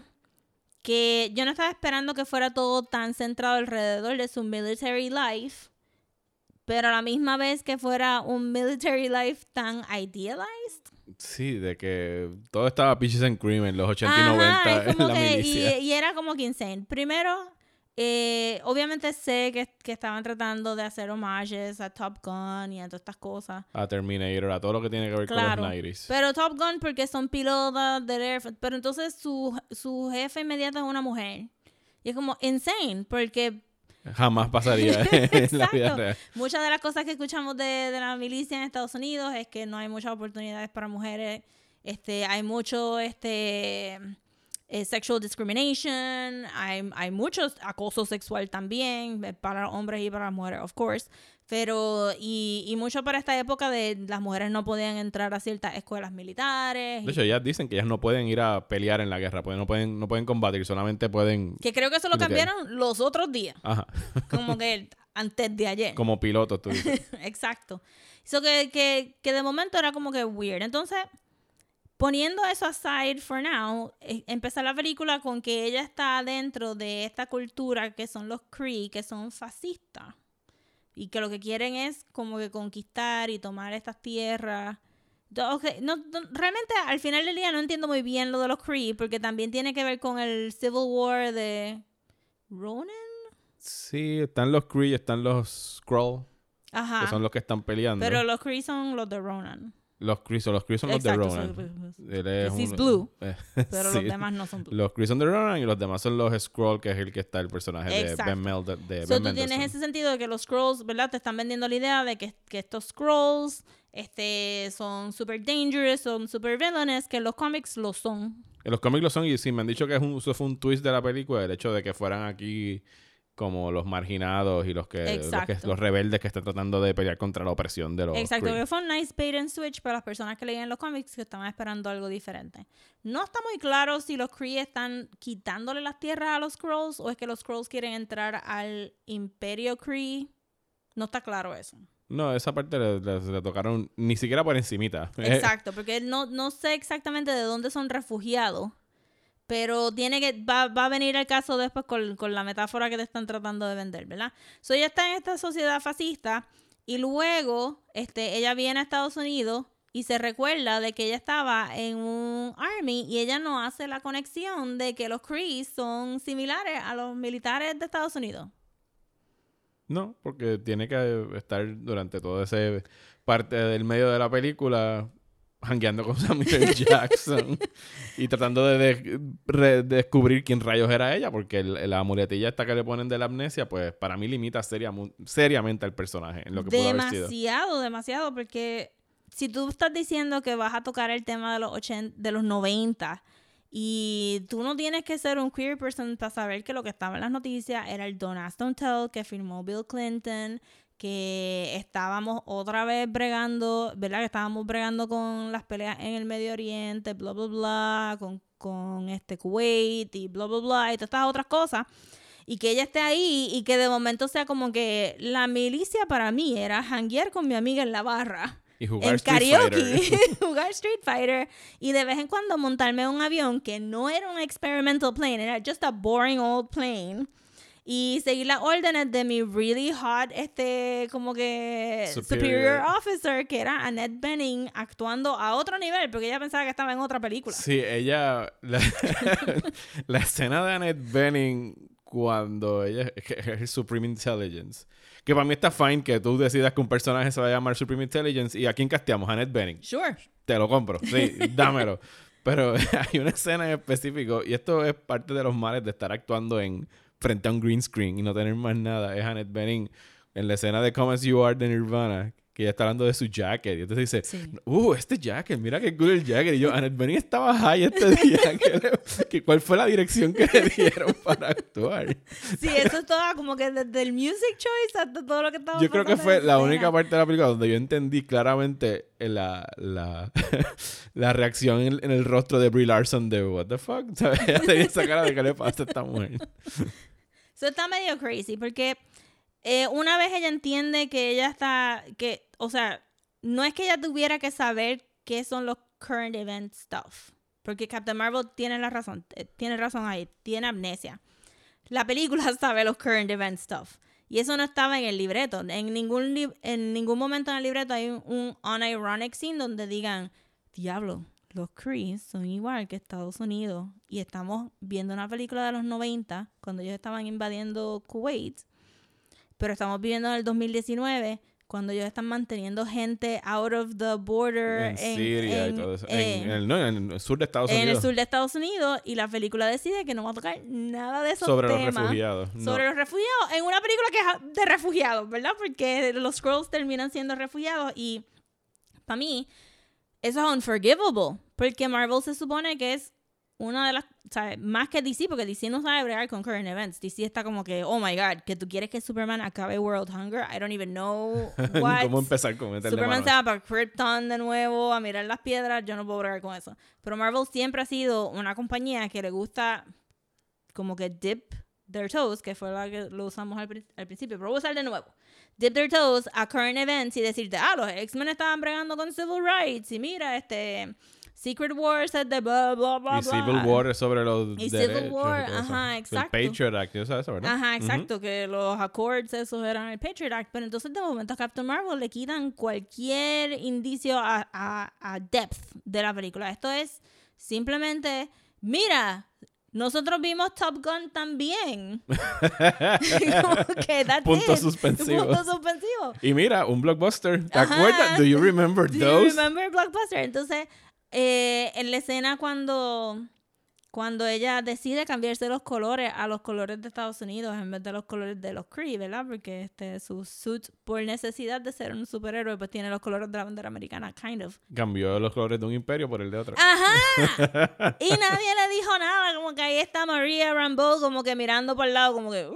que yo no estaba esperando que fuera todo tan centrado alrededor de su military life, pero a la misma vez que fuera un military life tan idealized. Sí, de que todo estaba peaches and cream en los 80 y Ajá, 90 es en como la que, milicia. y era como que insane. Primero, Obviamente sé que estaban tratando de hacer homages a Top Gun y a todas estas cosas. A Terminator, a todo lo que tiene que ver Claro, con los 90s. pero Top Gun porque son pilotos del Air Force. Pero entonces su jefe inmediato es una mujer. Y es como insane, porque... Jamás pasaría en la vida Exacto. real. Muchas de las cosas que escuchamos de la milicia en Estados Unidos es que no hay muchas oportunidades para mujeres. Hay mucho sexual discrimination, hay mucho acoso sexual también para hombres y para las mujeres, of course. Pero, y mucho para esta época de las mujeres no podían entrar a ciertas escuelas militares. De hecho, ellas dicen que ellas no pueden ir a pelear en la guerra, porque no pueden combatir, solamente pueden... Que creo que eso lo cambiaron los otros días. Ajá. Como que antes de ayer. Como pilotos, tú dices. Exacto. Eso que de momento era como que weird. Entonces, poniendo eso aside for now, empezar la película con que ella está dentro de esta cultura que son los Kree, que son fascistas. Y que lo que quieren es como que conquistar y tomar estas tierras. Okay, realmente al final del día no entiendo muy bien lo de los Kree, porque también tiene que ver con el Civil War de Ronan. Sí, están los Kree, están los Skrull, Ajá. que son los que están peleando. Pero los Kree son los de Ronan. Los Kree son los de Exacto, Ronan. Él es he's blue, pero sí. los demás no son blue. Los Kree son de Ronan y los demás son los Skrull, que es el que está el personaje Exacto. de Ben Mendelsohn. Tú tienes ese sentido de que los Skrulls, ¿verdad? Te están vendiendo la idea de que estos Skrulls son super dangerous, son super villains, que en los cómics lo son. En los cómics lo son, y sí, me han dicho que eso fue un twist de la película, el hecho de que fueran aquí como los marginados y los rebeldes que están tratando de pelear contra la opresión de los Exacto, Kree. que fue un nice bait and switch para las personas que leían los cómics que estaban esperando algo diferente. No está muy claro si los Kree están quitándole las tierras a los Skrulls o es que los Skrulls quieren entrar al Imperio Kree. No está claro eso. No, esa parte le tocaron ni siquiera por encimita. Exacto, porque no sé exactamente de dónde son refugiados. Pero va a venir el caso después con la metáfora que te están tratando de vender, ¿verdad? So, ella está en esta sociedad fascista y luego ella viene a Estados Unidos y se recuerda de que ella estaba en un army y ella no hace la conexión de que los Kree son similares a los militares de Estados Unidos. No, porque tiene que estar durante todo ese parte del medio de la película jangueando con Samuel Jackson y tratando de descubrir quién rayos era ella, porque la muletilla esta que le ponen de la amnesia, pues para mí limita seriamente al personaje en lo que pudo haber sido. Demasiado, porque si tú estás diciendo que vas a tocar el tema de los 90 y tú no tienes que ser un queer person para saber que lo que estaba en las noticias era el Don't Ask, Don't Tell que firmó Bill Clinton, que estábamos otra vez bregando, ¿verdad? Que estábamos bregando con las peleas en el Medio Oriente, bla, bla, bla, con Kuwait y bla, bla, bla, y todas estas otras cosas. Y que ella esté ahí y que de momento sea como que la milicia para mí era janguear con mi amiga en la barra. Y jugar en Street karaoke, Fighter. jugar Street Fighter y de vez en cuando montarme un avión que no era un experimental plane, era just a boring old plane y seguir las órdenes de mi really hot como que superior officer que era Annette Bening actuando a otro nivel porque ella pensaba que estaba en otra película. Sí, ella la escena de Annette Bening cuando ella es el Supreme Intelligence. Que para mí está fine que tú decidas que un personaje se va a llamar Supreme Intelligence. ¿Y a quién casteamos? Annette Bening. Sure. Te lo compro. Sí, dámelo. Pero hay una escena en específico, y esto es parte de los males de estar actuando frente a un green screen y no tener más nada. Es Annette Bening en la escena de Come As You Are de Nirvana, que ella está hablando de su jacket. Y entonces dice, sí. Este jacket, mira qué cool el jacket. Y yo, Annette Bening estaba high este día. ¿Cuál fue la dirección que le dieron para actuar? Sí, eso es todo como que desde el music choice hasta todo lo que estaba Yo creo que fue la única parte de la película donde yo entendí claramente la reacción en el rostro de Brie Larson de what the fuck. ¿Sabes? Ella tenía esa cara de qué le pasa a esta mujer. Eso está medio crazy porque una vez ella entiende que ella o sea, no es que ella tuviera que saber qué son los current event stuff. Porque Captain Marvel tiene razón ahí, tiene amnesia. La película sabe los current event stuff. Y eso no estaba en el libreto. En ningún momento en el libreto hay un unironic scene donde digan, diablo, los Kree son igual que Estados Unidos y estamos viendo una película de los 90 cuando ellos estaban invadiendo Kuwait, pero estamos viviendo en el 2019 cuando ellos están manteniendo gente out of the border En Siria y todo eso. En el sur de Estados Unidos. En el sur de Estados Unidos, y la película decide que no va a tocar nada de esos Sobre temas. los refugiados. No. Sobre los refugiados, en una película que es de refugiados, ¿verdad? Porque los Skrulls terminan siendo refugiados y para mí eso es unforgivable, porque Marvel se supone que es una de las, ¿sabes? Más que DC, porque DC no sabe bregar con current events. DC está como que, oh my God, que tú quieres que Superman acabe World Hunger. I don't even know what. ¿Cómo empezar con meterle Superman mano? se va para Krypton de nuevo a mirar las piedras. Yo no puedo bregar con eso. Pero Marvel siempre ha sido una compañía que le gusta como que dip their toes, que fue la que lo usamos al principio, pero voy a usar de nuevo. Dip their toes a current events y decirte, los X-Men estaban bregando con civil rights y mira, Secret Wars es de bla, bla, bla, Y bla. Civil War es sobre los Y derechos. Civil War, y todo eso. ajá, exacto. El Patriot Act, ¿sabes eso, verdad? Ajá, exacto, que los Accords esos eran el Patriot Act, pero entonces de momento a Captain Marvel le quitan cualquier indicio a depth de la película. Esto es simplemente, mira, nosotros vimos Top Gun también. Como que that's Puntos it. suspensivos. Puntos suspensivos. Y mira, un blockbuster. ¿Te Ajá. acuerdas? Do you remember Do those? you remember Blockbuster? Entonces, en la escena cuando ella decide cambiarse los colores a los colores de Estados Unidos en vez de los colores de los Kree, ¿verdad? Porque su suit, por necesidad de ser un superhéroe, pues tiene los colores de la bandera americana, kind of. Cambió los colores de un imperio por el de otro. ¡Ajá! Y nadie le dijo nada, como que ahí está Maria Rambeau como que mirando por el lado, como que...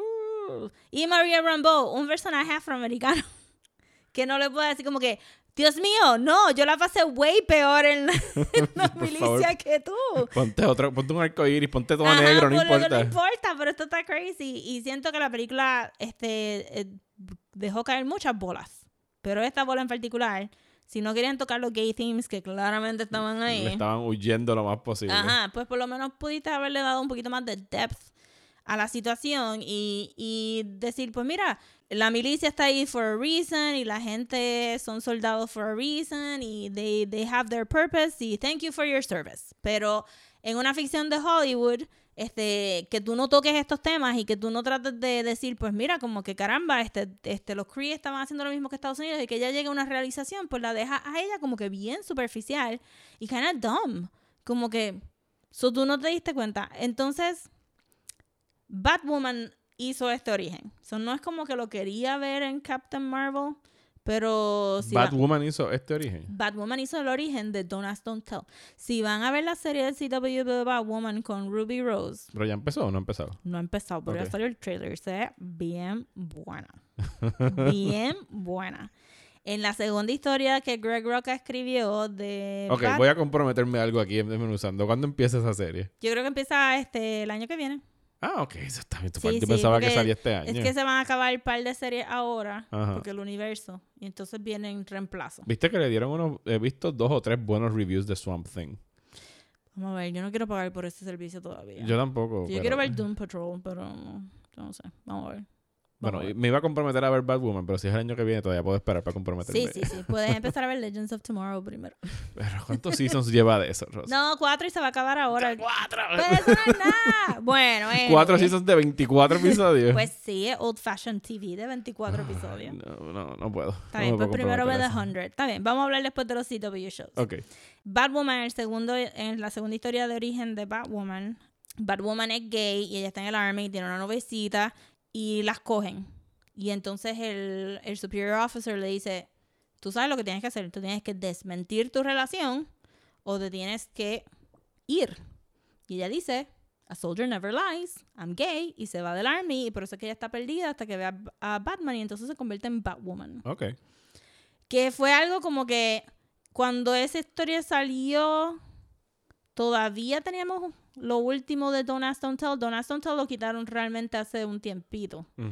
Y Maria Rambeau, un personaje afroamericano, que no le puedo decir como que... Dios mío, no, yo la pasé way peor en la milicia favor. que tú. Ponte un arcoíris, ponte todo Ajá, negro, no por lo que importa. no importa, pero esto está crazy. Y siento que la película dejó caer muchas bolas. Pero esta bola en particular, si no querían tocar los gay themes que claramente estaban ahí. Le estaban huyendo lo más posible. Ajá, pues por lo menos pudiste haberle dado un poquito más de depth a la situación y decir, pues mira, la milicia está ahí for a reason y la gente son soldados for a reason y they have their purpose y thank you for your service. Pero en una ficción de Hollywood, que tú no toques estos temas y que tú no trates de decir, pues mira, como que caramba, los Kree estaban haciendo lo mismo que Estados Unidos y que ella llegue a una realización, pues la deja a ella como que bien superficial y kind of dumb. Como que, tú no te diste cuenta. Entonces... Batwoman hizo este origen. No es como que lo quería ver en Captain Marvel, pero... Batwoman hizo este origen. Batwoman hizo el origen de Don't Ask, Don't Tell. Si van a ver la serie de CW de Batwoman con Ruby Rose... ¿Pero ya empezó o no ha empezado? No ha empezado, pero Ok. ya salió el trailer. Se ve bien buena. Bien buena. En la segunda historia que Greg Rucka escribió de... Ok, voy a comprometerme a algo aquí desmenuzando. ¿Cuándo empieza esa serie? Yo creo que empieza el año que viene. Ah, ok, eso está bien. Sí, Yo pensaba que porque salía este año. Es que se van a acabar un par de series ahora, Ajá. porque el universo, y entonces vienen reemplazos. ¿Viste que le dieron he visto 2 o 3 buenos reviews de Swamp Thing? Vamos a ver, yo no quiero pagar por ese servicio todavía. Yo tampoco. Yo pero- quiero ver Doom Patrol, pero no sé. Vamos a ver. Bueno, Vamos a ver. me iba a comprometer a ver Batwoman, pero si es el año que viene todavía puedo esperar para comprometerme. Sí. Puedes empezar a ver Legends of Tomorrow primero. Pero ¿cuántos seasons lleva de eso, Rosa? No, 4 y se va a acabar ahora. ¡4! Pues eso no es nada. Bueno, 4 seasons de 24 episodios. Pues sí, es Old Fashioned TV de 24 episodios. No puedo. Está No bien, me pues puedo primero ve comprometer The a eso. 100. Está bien, vamos a hablar después de los CW shows. Ok. Batwoman, en la segunda historia de origen de Batwoman, Batwoman es gay y ella está en el army, tiene una novecita y las cogen. Y entonces el superior officer le dice, tú sabes lo que tienes que hacer, tú tienes que desmentir tu relación o te tienes que ir. Y ella dice, a soldier never lies, I'm gay, y se va del army y por eso es que ella está perdida hasta que vea a Batman y entonces se convierte en Batwoman. Ok. Que fue algo como que cuando esa historia salió, todavía teníamos lo último de Don't Ask, Don't Tell. Don't Ask, Don't Tell lo quitaron realmente hace un tiempito. Ujú.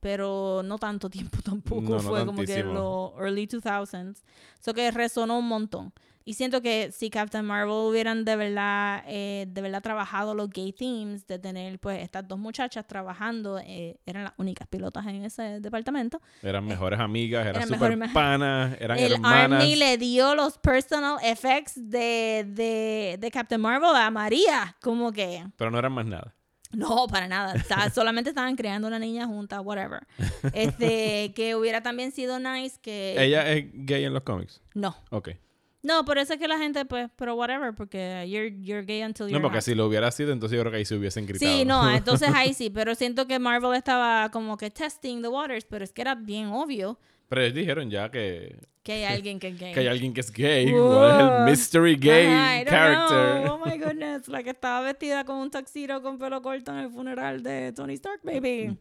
pero no tanto tiempo tampoco. No Fue como que tantísimo. los early 2000s. So que resonó un montón. Y siento que si Captain Marvel hubieran de verdad trabajado los gay themes, de tener pues estas dos muchachas trabajando, eran las únicas pilotas en ese departamento. Eran mejores amigas, eran Eran super mejores panas, eran El hermanas. Army le dio los personal effects de Captain Marvel a María. Como que... Pero no eran más nada. No, para nada. Solamente estaban creando una niña junta, whatever. Que hubiera también sido nice que... ¿Ella es gay en los cómics? No. Ok. No, por eso es que la gente, pues, pero whatever, porque you're gay until you're No, porque not. si lo hubiera sido, entonces yo creo que ahí se hubiesen gritado. Sí, no, entonces ahí sí, pero siento que Marvel estaba como que testing the waters, pero es que era bien obvio Pero ellos dijeron ya que que hay alguien que es gay. hay alguien que es gay. Whoa. ¿Cuál es el mystery gay Ajá, I don't character? know. Oh my goodness, la que estaba vestida con un tuxedo con pelo corto en el funeral de Tony Stark, baby.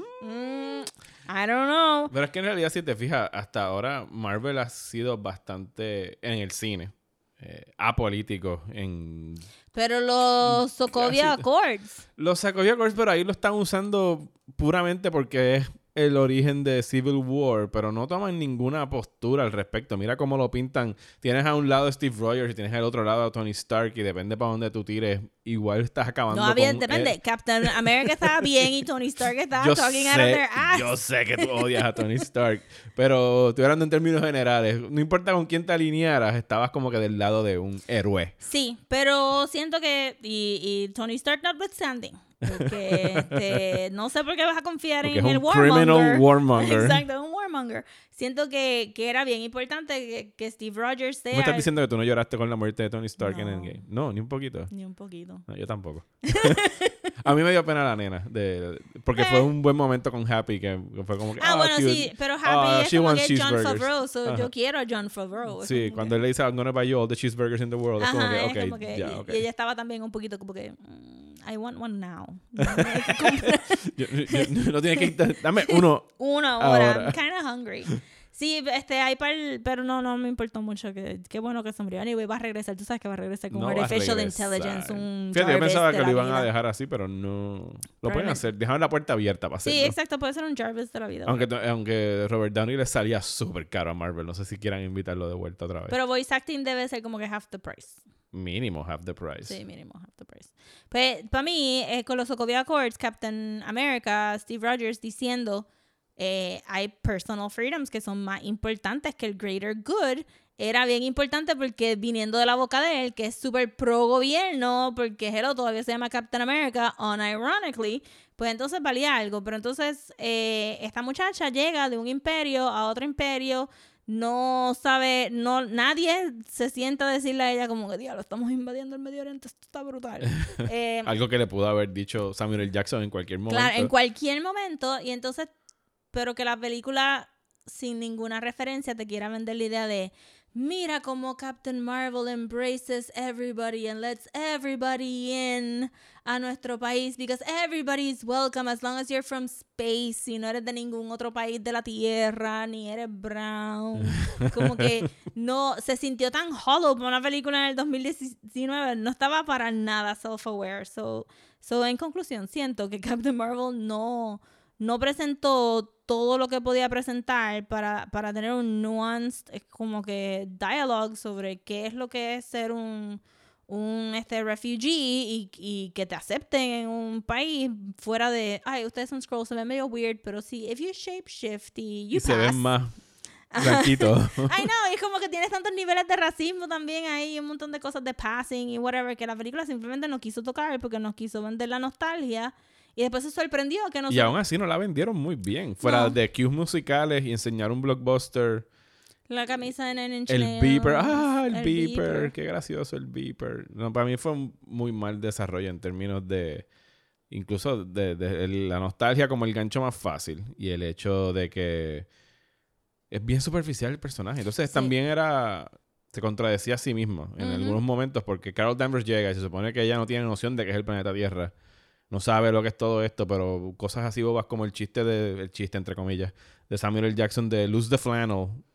I don't know. Pero es que en realidad, si te fijas, hasta ahora Marvel ha sido bastante en el cine apolítico. Pero los Sokovia Accords. Los Sokovia Accords, pero ahí lo están usando puramente porque es el origen de Civil War, pero no toman ninguna postura al respecto. Mira cómo lo pintan. Tienes a un lado a Steve Rogers y tienes al otro lado a Tony Stark, y depende para dónde tú tires, igual estás acabando No había, con... depende. Captain America estaba bien y Tony Stark estaba talking out of their ass. Yo sé que tú odias a Tony Stark, pero estoy hablando en términos generales. No importa con quién te alinearas, estabas como que del lado de un héroe. Sí, pero siento que... Y Tony Stark notwithstanding. Porque no sé por qué vas a confiar Porque en es el un warmonger. criminal warmonger. Exacto, un warmonger. Siento que era bien importante que Steve Rogers sea... ¿Me estás diciendo que tú no lloraste con la muerte de Tony Stark en No. Endgame? No, ni un poquito. Ni un poquito. No, yo tampoco. A mí me dio pena la nena. Porque fue un buen momento con Happy, que fue como que... Bueno, cute. sí, pero Happy es she como wants que John cheeseburgers. Favreau, so Ajá. yo quiero a John Favreau. Es Sí, como cuando él le dice, I'm gonna buy you all the cheeseburgers in the world. Es como que, Ajá, ok, es como que... ya, y- ok. Y ella estaba también un poquito como que... I want one now. No tienes que... Dame uno. Una hora. Ahora. I'm kind of hungry. Sí, hay pero no me importó mucho. Qué bueno que se murió. Anyway, va a regresar. Tú sabes que va a regresar con No va a Artificial regresar. Intelligence. Un Fíjate, yo Jarvis pensaba de que la lo iban vida. a dejar así, pero no... Lo pueden Probablemente. hacer. Dejaron la puerta abierta para hacerlo. Sí, exacto. Puede ser un Jarvis de la vida. Aunque Robert Downey le salía súper caro a Marvel. No sé si quieran invitarlo de vuelta otra vez. Pero voice acting debe ser como que half the price. Mínimo half the price. Sí, mínimo half the price. Pues, para mí, con los Sokovia Accords, Captain America, Steve Rogers diciendo hay personal freedoms que son más importantes que el greater good. Era bien importante porque viniendo de la boca de él, que es súper pro gobierno, porque hello, todavía se llama Captain America, unironically, pues entonces valía algo. Pero entonces esta muchacha llega de un imperio a otro imperio, no sabe, nadie se sienta a decirle a ella como que, diablo, estamos invadiendo el Medio Oriente, esto está brutal. Algo que le pudo haber dicho Samuel L. Jackson en cualquier momento. Claro, en cualquier momento. Y entonces, pero que la película, sin ninguna referencia, te quiera vender la idea de, mira cómo Captain Marvel embraces everybody and lets everybody in a nuestro país, because everybody is welcome as long as you're from space y no eres de ningún otro país de la Tierra, ni eres brown. Como que no, se sintió tan hollow para una película en el 2019, no estaba para nada self-aware. So en conclusión, siento que Captain Marvel no presentó todo lo que podía presentar para tener un nuanced, como que dialogue sobre qué es lo que es ser un refugee y que te acepten en un país fuera de, ay, ustedes son Skrulls, se ven medio weird, pero sí, if you shapeshift y you Y pass. se ven más blanquitos. I know, es como que tienes tantos niveles de racismo también ahí, un montón de cosas de passing y whatever, que la película simplemente no quiso tocar porque nos quiso vender la nostalgia. Y después se sorprendió que Y aún así no la vendieron muy bien. Fuera No. de cues musicales y enseñar un blockbuster. la camisa de Nine Inch El Nails, beeper. El beeper. Qué gracioso el beeper. No, para mí fue un muy mal desarrollo en términos de... Incluso de la nostalgia como el gancho más fácil. Y el hecho de que... Es bien superficial el personaje. Entonces Sí. también se contradecía a sí mismo en algunos momentos, porque Carol Danvers llega y se supone que ella no tiene noción de que es el planeta Tierra. No sabe lo que es todo esto, pero cosas así bobas como el chiste entre comillas, de Samuel L. Jackson de Lose the Flannel.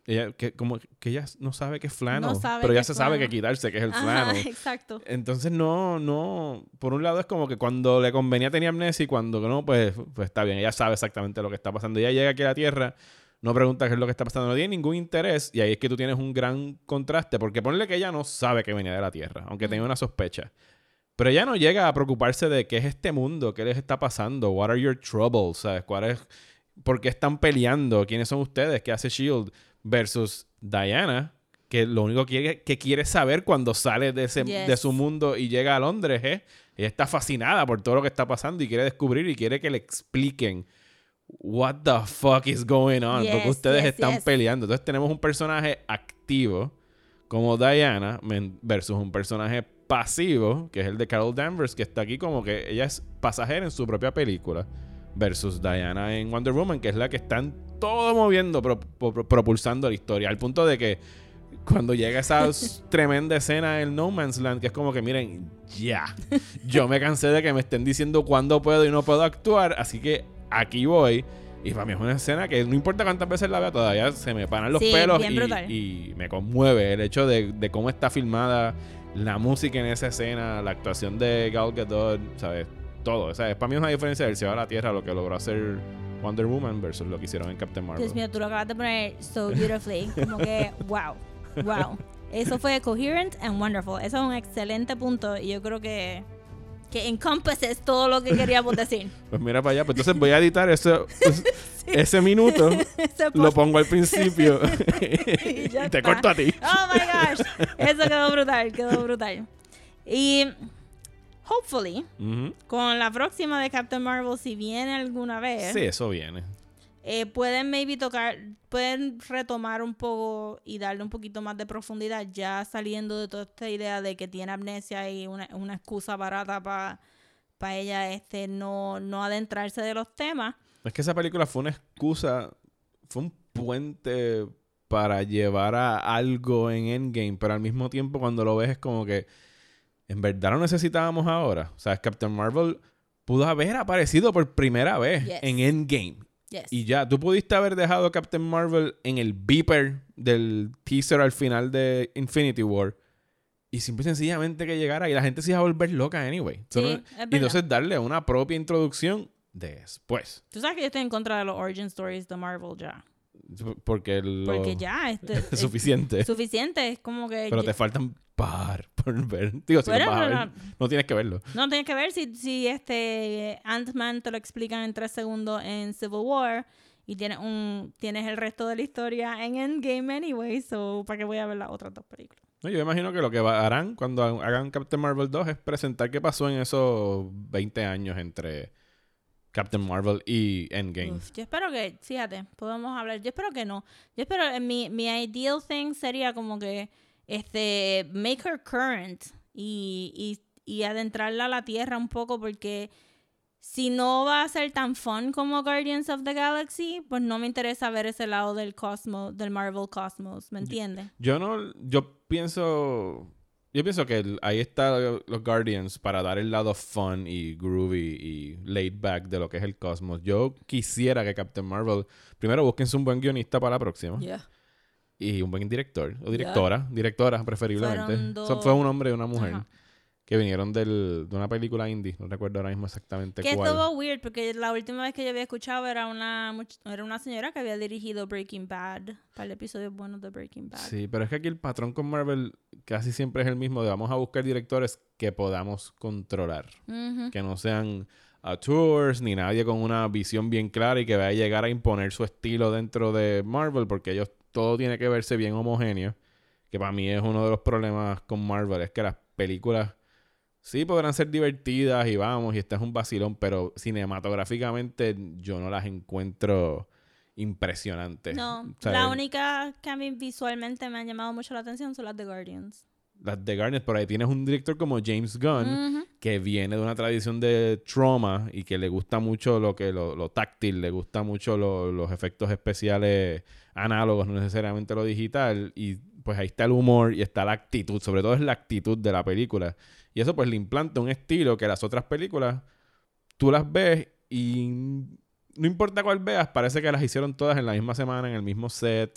ella, como que ella no sabe que es flannel, No sabe pero que ya es se sabe que flannel. quitarse, que es el Ajá, flannel. exacto. Entonces no, por un lado es como que cuando le convenía tenía amnesia y cuando no, pues está bien, ella sabe exactamente lo que está pasando. Ella llega aquí a la Tierra, no pregunta qué es lo que está pasando, no tiene ningún interés y ahí es que tú tienes un gran contraste, porque ponle que ella no sabe que venía de la Tierra, aunque tenga una sospecha. Pero ella no llega a preocuparse de qué es este mundo, qué les está pasando, what are your troubles, ¿sabes? ¿Por qué están peleando? ¿Quiénes son ustedes? ¿Qué hace S.H.I.E.L.D.? Versus Diana, que lo único que quiere saber cuando sale de su mundo y llega a Londres, ella está fascinada por todo lo que está pasando y quiere descubrir y quiere que le expliquen what the fuck is going on, porque ustedes están peleando. Entonces tenemos un personaje activo como Diana versus un personaje pasivo, que es el de Carol Danvers, que está aquí como que ella es pasajera en su propia película, versus Diana en Wonder Woman, que es la que está en todo moviendo, propulsando la historia, al punto de que cuando llega esa tremenda escena en No Man's Land, que es como que miren, yo me cansé de que me estén diciendo cuándo puedo y no puedo actuar, así que aquí voy. Y para mí es una escena que no importa cuántas veces la vea, todavía se me paran los pelos y me conmueve el hecho de cómo está filmada, la música en esa escena, la actuación de Gal Gadot, ¿sabes? Todo. ¿Sabes? Para mí es una diferencia del cielo a la tierra lo que logró hacer Wonder Woman versus lo que hicieron en Captain Marvel. Dios mío, tú lo acabas de poner so beautifully. Como que, wow. Eso fue coherent and wonderful. Eso es un excelente punto y yo creo que encompasses todo lo que queríamos decir. Pues mira para allá. Pues entonces voy a editar ese minuto. Lo pongo al principio. y te corto a ti. Oh my gosh. Eso quedó brutal. Y hopefully, con la próxima de Captain Marvel, si viene alguna vez. Sí, eso viene. Pueden retomar un poco y darle un poquito más de profundidad, ya saliendo de toda esta idea de que tiene amnesia y una excusa barata para ella no adentrarse de los temas. Es que esa película fue una excusa, fue un puente para llevar a algo en Endgame, pero al mismo tiempo cuando lo ves es como que en verdad lo necesitábamos ahora. O sea, Captain Marvel pudo haber aparecido por primera vez en Endgame. Yes. Y ya, tú pudiste haber dejado a Captain Marvel en el beeper del teaser al final de Infinity War y simple y sencillamente que llegara y la gente se iba a volver loca anyway. Sí, ¿no? es verdad. Y entonces darle una propia introducción después. Tú sabes que yo estoy en contra de los origin stories de Marvel ya. Porque ya es suficiente. Suficiente, es como que... Pero te faltan por ver. Digo, si lo vas a ver, no tienes que verlo. No tienes que ver si Ant-Man te lo explican en 3 segundos en Civil War y tienes el resto de la historia en Endgame anyway, so ¿para qué voy a ver las otras 2 películas? No, yo imagino que lo que harán cuando hagan Captain Marvel 2 es presentar qué pasó en esos 20 años entre Captain Marvel y Endgame. Yo espero que, fíjate, podemos hablar. Yo espero que no. Yo espero, mi ideal thing sería como que make her current y adentrarla a la Tierra un poco, porque si no va a ser tan fun como Guardians of the Galaxy, pues no me interesa ver ese lado del Marvel Cosmos, ¿me entiendes? Yo pienso que ahí están los Guardians para dar el lado fun y groovy y laid back de lo que es el cosmos. Yo quisiera que Captain Marvel primero búsquense un buen guionista para la próxima. Y un buen director o directora preferiblemente. Fue un hombre y una mujer. Ajá. Que vinieron de una película indie, no recuerdo ahora mismo exactamente que cuál. Que estuvo weird, porque la última vez que yo había escuchado era una señora que había dirigido Breaking Bad, para el episodio bueno de Breaking Bad. Sí, pero es que aquí el patrón con Marvel casi siempre es el mismo, de vamos a buscar directores que podamos controlar. Que no sean auteurs, ni nadie con una visión bien clara y que vaya a llegar a imponer su estilo dentro de Marvel, porque ellos todo tiene que verse bien homogéneo, que para mí es uno de los problemas con Marvel, es que las películas sí podrán ser divertidas y este es un vacilón, pero cinematográficamente yo no las encuentro impresionantes. No, ¿sabes? La única que a mí visualmente me han llamado mucho la atención son las de Guardians. Las de Guardians, por ahí tienes un director como James Gunn, que viene de una tradición de trauma y que le gusta mucho lo táctil, le gusta mucho los efectos especiales análogos, no necesariamente lo digital, y pues ahí está el humor y está la actitud, sobre todo es la actitud de la película. Y eso pues le implanta un estilo que las otras películas tú las ves y no importa cuál veas, parece que las hicieron todas en la misma semana, en el mismo set,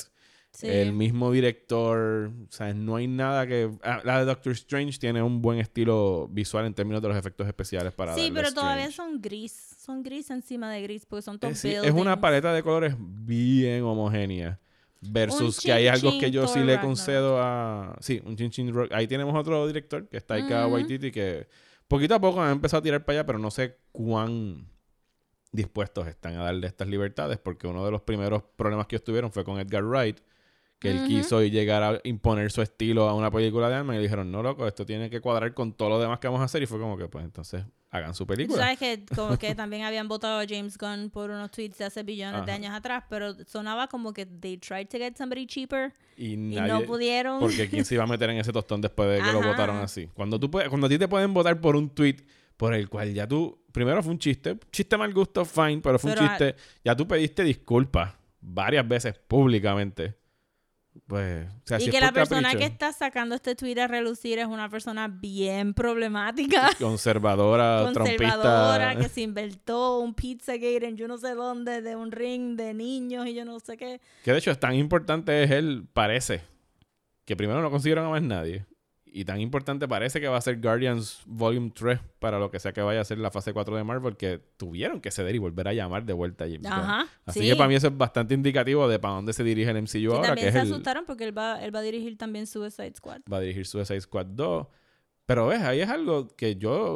Sí. El mismo director, o sea, no hay nada que... la de Doctor Strange tiene un buen estilo visual en términos de los efectos especiales para Sí, darle pero Strange. todavía son gris encima de gris porque son todos Sí, es buildings. una paleta de colores bien homogénea. Versus Un que hay algo chin que yo Thor sí le Ragnarok. concedo a... Sí, un chin rock. Ahí tenemos otro director, que es Taika Ujú. Waititi, que poquito a poco han empezado a tirar para allá, pero no sé cuán dispuestos están a darle estas libertades, porque uno de los primeros problemas que ellos tuvieron fue con Edgar Wright, que él Ujú. quiso llegar a imponer su estilo a una película de Ant-Man y le dijeron, no, loco, esto tiene que cuadrar con todo lo demás que vamos a hacer. Y fue como que, pues, entonces, hagan su Tú película. sabes que como que también habían votado a James Gunn por unos tweets de hace billones de Ajá. años atrás, pero sonaba como que they tried to get somebody cheaper Y y nadie... no pudieron. Porque quién se iba a meter en ese tostón después de que lo Ajá. votaron así. Cuando a ti te pueden votar por un tweet por el cual ya tú... Primero fue un chiste mal gusto, fine, pero fue Pero un chiste. Ya tú pediste disculpas varias veces públicamente. Pues, o sea, Y si que es la por persona capricho, que está sacando este tweet a relucir es una persona bien problemática. conservadora, Conservadora, trompista. que se inventó un Pizzagate en yo no sé dónde, de un ring de niños y yo no sé qué. Que de hecho es tan importante es él, parece, que primero no consiguieron a más nadie. Y tan importante parece que va a ser Guardians Volume 3 para lo que sea que vaya a ser la fase 4 de Marvel, que tuvieron que ceder y volver a llamar de vuelta a James Gunn. Ajá, Así sí. que para mí eso es bastante indicativo de para dónde se dirige el MCU Y ahora, que también es se el... asustaron porque él va a dirigir también Suicide Squad. Va a dirigir Suicide Squad 2. Pero ves, ahí es algo que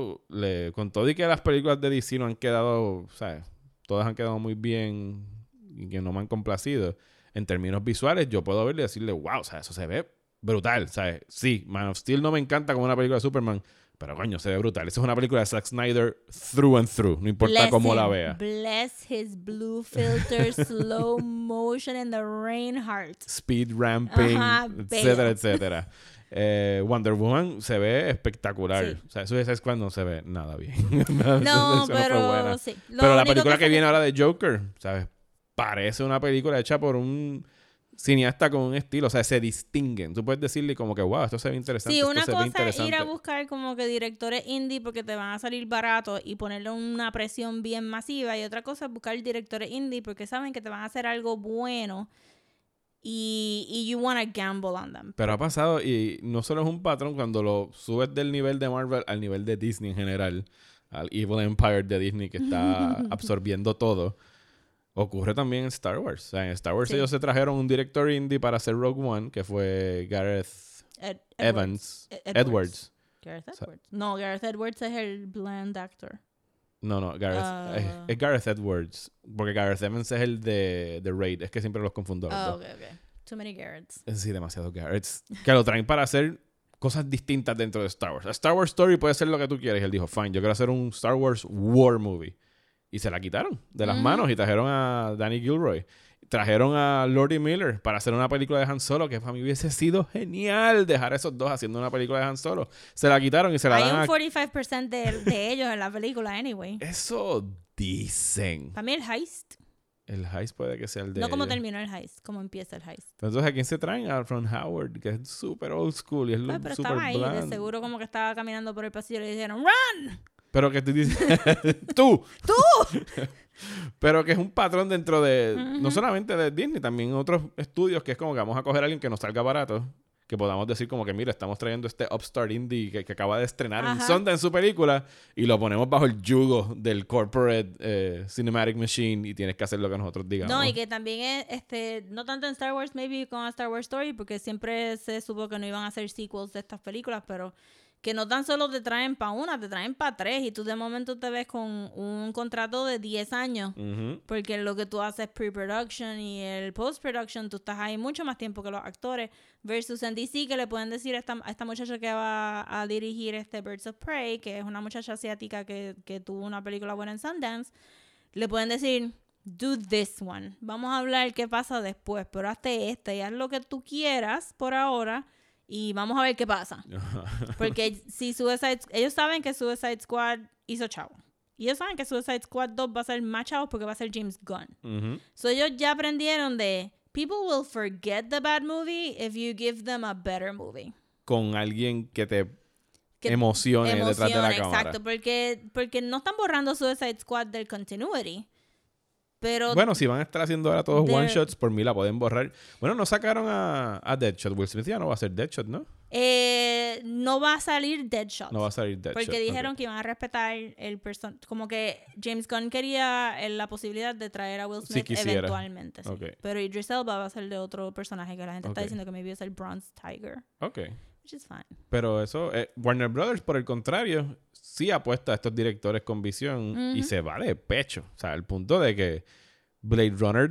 con todo y que las películas de DC no han quedado, ¿sabes? Todas han quedado muy bien y que no me han complacido. En términos visuales, yo puedo verle y decirle, wow, o sea, eso se ve brutal, ¿sabes? Sí, Man of Steel no me encanta como una película de Superman, pero coño, se ve brutal. Esa es una película de Zack Snyder through and through, no importa Bless cómo him. la vea. Bless his blue filter, slow motion in the Reinhardt. Speed ramping, Ajá, etcétera, bello. etcétera. Wonder Woman se ve espectacular. Sí. O sea, Suicide Squad no se ve nada bien. No, Eso fue pero buena. sí. Lo Pero la único película que fue viene ahora de Joker, ¿sabes? Parece una película hecha por un cineasta con un estilo. O sea, se distinguen. Tú puedes decirle como que, wow, esto se ve interesante. Sí, esto una se ve cosa es interesante. ir a buscar como que directores indie porque te van a salir baratos y ponerle una presión bien masiva, y otra cosa es buscar directores indie porque saben que te van a hacer algo bueno y you wanna gamble on them. Pero ha pasado, y no solo es un patrón, cuando lo subes del nivel de Marvel al nivel de Disney en general, al Evil Empire de Disney que está absorbiendo todo, ocurre también en Star Wars. O sea, en Star Wars Sí. ellos se trajeron un director indie para hacer Rogue One, que fue Gareth Edwards. Gareth sea, Edwards. No, Gareth Edwards es el bland actor. No, es Gareth Edwards, porque Gareth Evans es el de Raid. Es que siempre los confundo. a los dos. Ok. Too many Gareths. Sí, demasiado Garretts. Que lo traen para hacer cosas distintas dentro de Star Wars. A Star Wars Story puede ser lo que tú quieras. Y él dijo, fine, yo quiero hacer un Star Wars War Movie. Y se la quitaron de las manos y trajeron a Danny Gilroy. Trajeron a Lordy Miller para hacer una película de Han Solo, que para mí hubiese sido genial dejar a esos dos haciendo una película de Han Solo. Se la quitaron y se la Hay dan un a... 45% de ellos en la película, anyway. Eso dicen. Para mí el heist. El heist puede que sea el de No como ellos. terminó el heist, como empieza el heist. Entonces, ¿a quién se traen? A Ron Howard, que es súper old school y es Pues, pero súper estaba ahí, de bland. seguro como que estaba caminando por el pasillo y le dijeron ¡Run! Pero que tú dices... ¡Tú! Pero que es un patrón dentro de... No solamente de Disney, también otros estudios que es como que vamos a coger a alguien que nos salga barato, que podamos decir como que, mira, estamos trayendo este upstart indie que acaba de estrenar en Ajá. Sundance en su película y lo ponemos bajo el yugo del corporate cinematic machine y tienes que hacer lo que nosotros digamos. No, y que también es, no tanto en Star Wars, maybe con Star Wars Story, porque siempre se supo que no iban a hacer sequels de estas películas, pero que no tan solo te traen para una, te traen para tres, y tú de momento te ves con un contrato de 10 años, Ujú. porque lo que tú haces pre-production y el post-production, tú estás ahí mucho más tiempo que los actores, versus en DC, que le pueden decir a esta muchacha que va a dirigir Birds of Prey, que es una muchacha asiática que tuvo una película buena en Sundance, le pueden decir, do this one, vamos a hablar qué pasa después, pero hazte y haz lo que tú quieras por ahora, y vamos a ver qué pasa. Porque si ellos saben que Suicide Squad hizo chavo. Y ellos saben que Suicide Squad 2 va a ser más chavo porque va a ser James Gunn. Ujú. So ellos ya aprendieron de people will forget the bad movie if you give them a better movie. Con alguien que te Que emocione detrás de la cámara. exacto, porque no están borrando Suicide Squad del continuity, Pero Bueno, si van a estar haciendo ahora todos They're- one-shots, por mí la pueden borrar. Bueno, no sacaron a Deadshot. Will Smith ya no va a ser Deadshot, ¿no? no va a salir Deadshot. No va a salir Deadshot. Porque dijeron ok. que iban a respetar el person, como que James Gunn quería la posibilidad de traer a Will Si Smith quisiera. eventualmente. Sí. Ok. Pero Idris Elba va a ser de otro personaje que la gente está Ok. diciendo que maybe es el Bronze Tiger, Ok. which is fine. Pero eso, Warner Brothers, por el contrario, sí apuesta a estos directores con visión y se va de pecho. O sea, al punto de que Blade Runner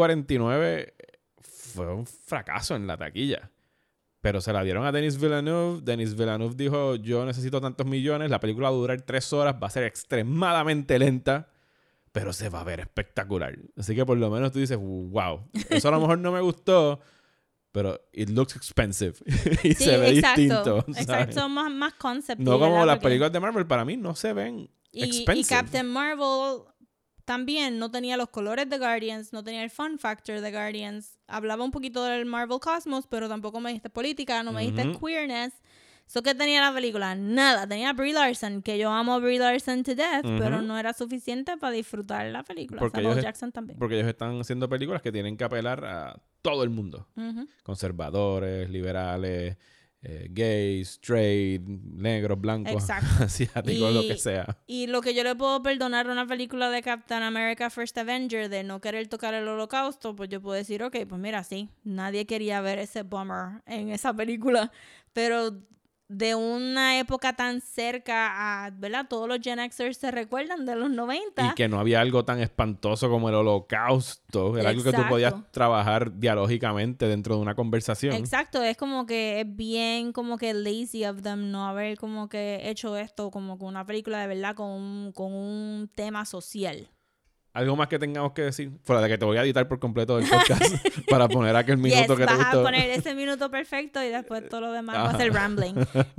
2049 fue un fracaso en la taquilla. Pero se la dieron a Denis Villeneuve. Denis Villeneuve dijo, yo necesito tantos millones, la película va a durar 3 horas, va a ser extremadamente lenta, pero se va a ver espectacular. Así que por lo menos tú dices, wow, eso a lo mejor no me gustó, pero it looks expensive. Y Sí, se ve exacto. distinto. ¿sabes? Exacto, son más concept. No como ¿verdad? las Porque- películas de Marvel, para mí no se ven Y expensive. Captain Marvel también no tenía los colores de Guardians, no tenía el fun factor de Guardians. Hablaba un poquito del Marvel Cosmos, pero tampoco me dijiste política, no me dijiste Ujú. queerness. ¿So qué tenía la película? Nada. Tenía a Brie Larson, que yo amo a Brie Larson to death, Ujú. pero no era suficiente para disfrutar la película. Porque Samuel ellos- Jackson también. Porque ellos están haciendo películas que tienen que apelar a todo el mundo. Ujú. Conservadores, liberales, gays, straight, negros, blancos, Exacto. asiáticos, lo que sea. Y lo que yo le puedo perdonar a una película de Captain America First Avenger de no querer tocar el holocausto, pues yo puedo decir, ok, pues mira, sí, nadie quería ver ese bummer en esa película, pero de una época tan cerca a, ¿verdad? Todos los Gen Xers se recuerdan de los 90. Y que no había algo tan espantoso como el holocausto. Era algo que tú Exacto. podías trabajar dialógicamente dentro de una conversación. Exacto, es como que es bien como que lazy of them no haber como que hecho esto como que una película de verdad con un tema social. Algo más que tengamos que decir, fuera de que te voy a editar por completo del podcast para poner aquel minuto Yes, que te vas gustó. a poner ese minuto perfecto y después todo lo demás va a Ajá. ser rambling.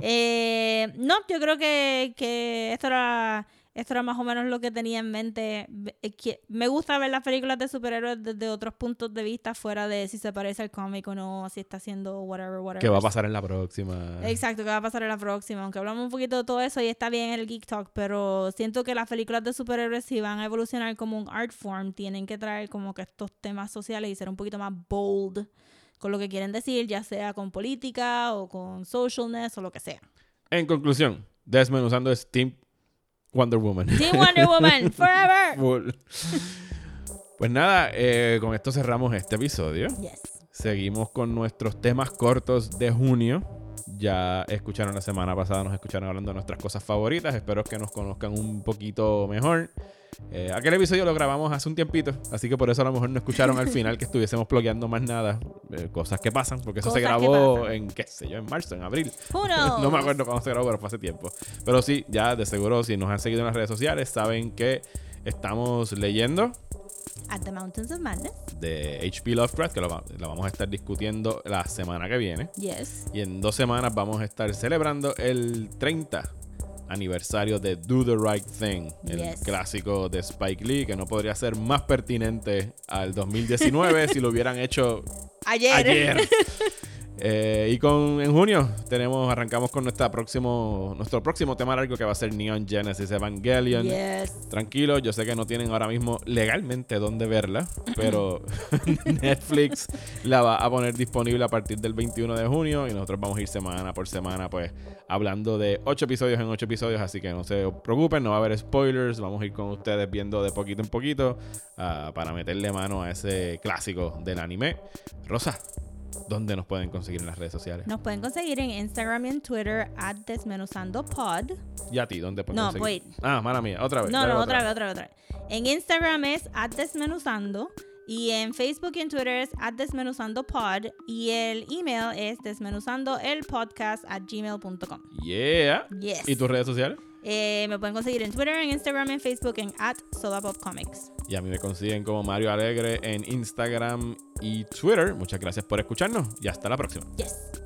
No, yo creo que esto era más o menos lo que tenía en mente. Me gusta ver las películas de superhéroes desde otros puntos de vista, fuera de si se parece al cómic o no, si está haciendo whatever. ¿Qué va a pasar en la próxima? Exacto, ¿qué va a pasar en la próxima? Aunque hablamos un poquito de todo eso y está bien el Geek Talk, pero siento que las películas de superhéroes, si van a evolucionar como un art form, tienen que traer como que estos temas sociales y ser un poquito más bold con lo que quieren decir, ya sea con política o con socialness o lo que sea. En conclusión, desmenuzando es Team Wonder Woman. Team Wonder Woman, forever! Full. Pues nada, con esto cerramos este episodio. Yes. Seguimos con nuestros temas cortos de junio. Ya escucharon la semana pasada, nos escucharon hablando de nuestras cosas favoritas. Espero que nos conozcan un poquito mejor. Aquel episodio lo grabamos hace un tiempito, así que por eso a lo mejor no escucharon al final que estuviésemos bloqueando más nada. Cosas que pasan, porque eso se Cosas que grabó pasan. en, qué sé yo, en marzo, en abril. Who knows? No me acuerdo cuándo se grabó, pero fue hace tiempo. Pero sí, ya de seguro, si nos han seguido en las redes sociales, saben que estamos leyendo At the Mountains of Madness. de H.P. Lovecraft, que lo vamos a estar discutiendo la semana que viene. Yes. Y en 2 semanas vamos a estar celebrando el 30 aniversario de Do the Right Thing, el Yes. clásico de Spike Lee, que no podría ser más pertinente al 2019 si lo hubieran hecho ayer. Y en junio arrancamos con nuestro próximo tema largo, que va a ser Neon Genesis Evangelion. Yes. Tranquilo, yo sé que no tienen ahora mismo legalmente dónde verla, pero Netflix la va a poner disponible a partir del 21 de junio y nosotros vamos a ir semana por semana pues hablando de 8 episodios en 8 episodios, así que no se preocupen, no va a haber spoilers, vamos a ir con ustedes viendo de poquito en poquito para meterle mano a ese clásico del anime. Rosa, ¿dónde nos pueden conseguir en las redes sociales? Nos pueden conseguir en Instagram y en Twitter @desmenuzandopod. ¿Y a ti? ¿Dónde pueden No, conseguir? wait. Ah, mala mía, otra vez. No, dale otra vez. En Instagram es @desmenuzando y en Facebook y en Twitter es @desmenuzandopod y el email es desmenuzandoelpodcast@gmail.com. Yeah. Yes. ¿Y tus redes sociales? Me pueden conseguir en Twitter, en Instagram, en Facebook, en @sodapopcomics. Y a mí me consiguen como Mario Alegre en Instagram y Twitter. Muchas gracias por escucharnos y hasta la próxima. Yes.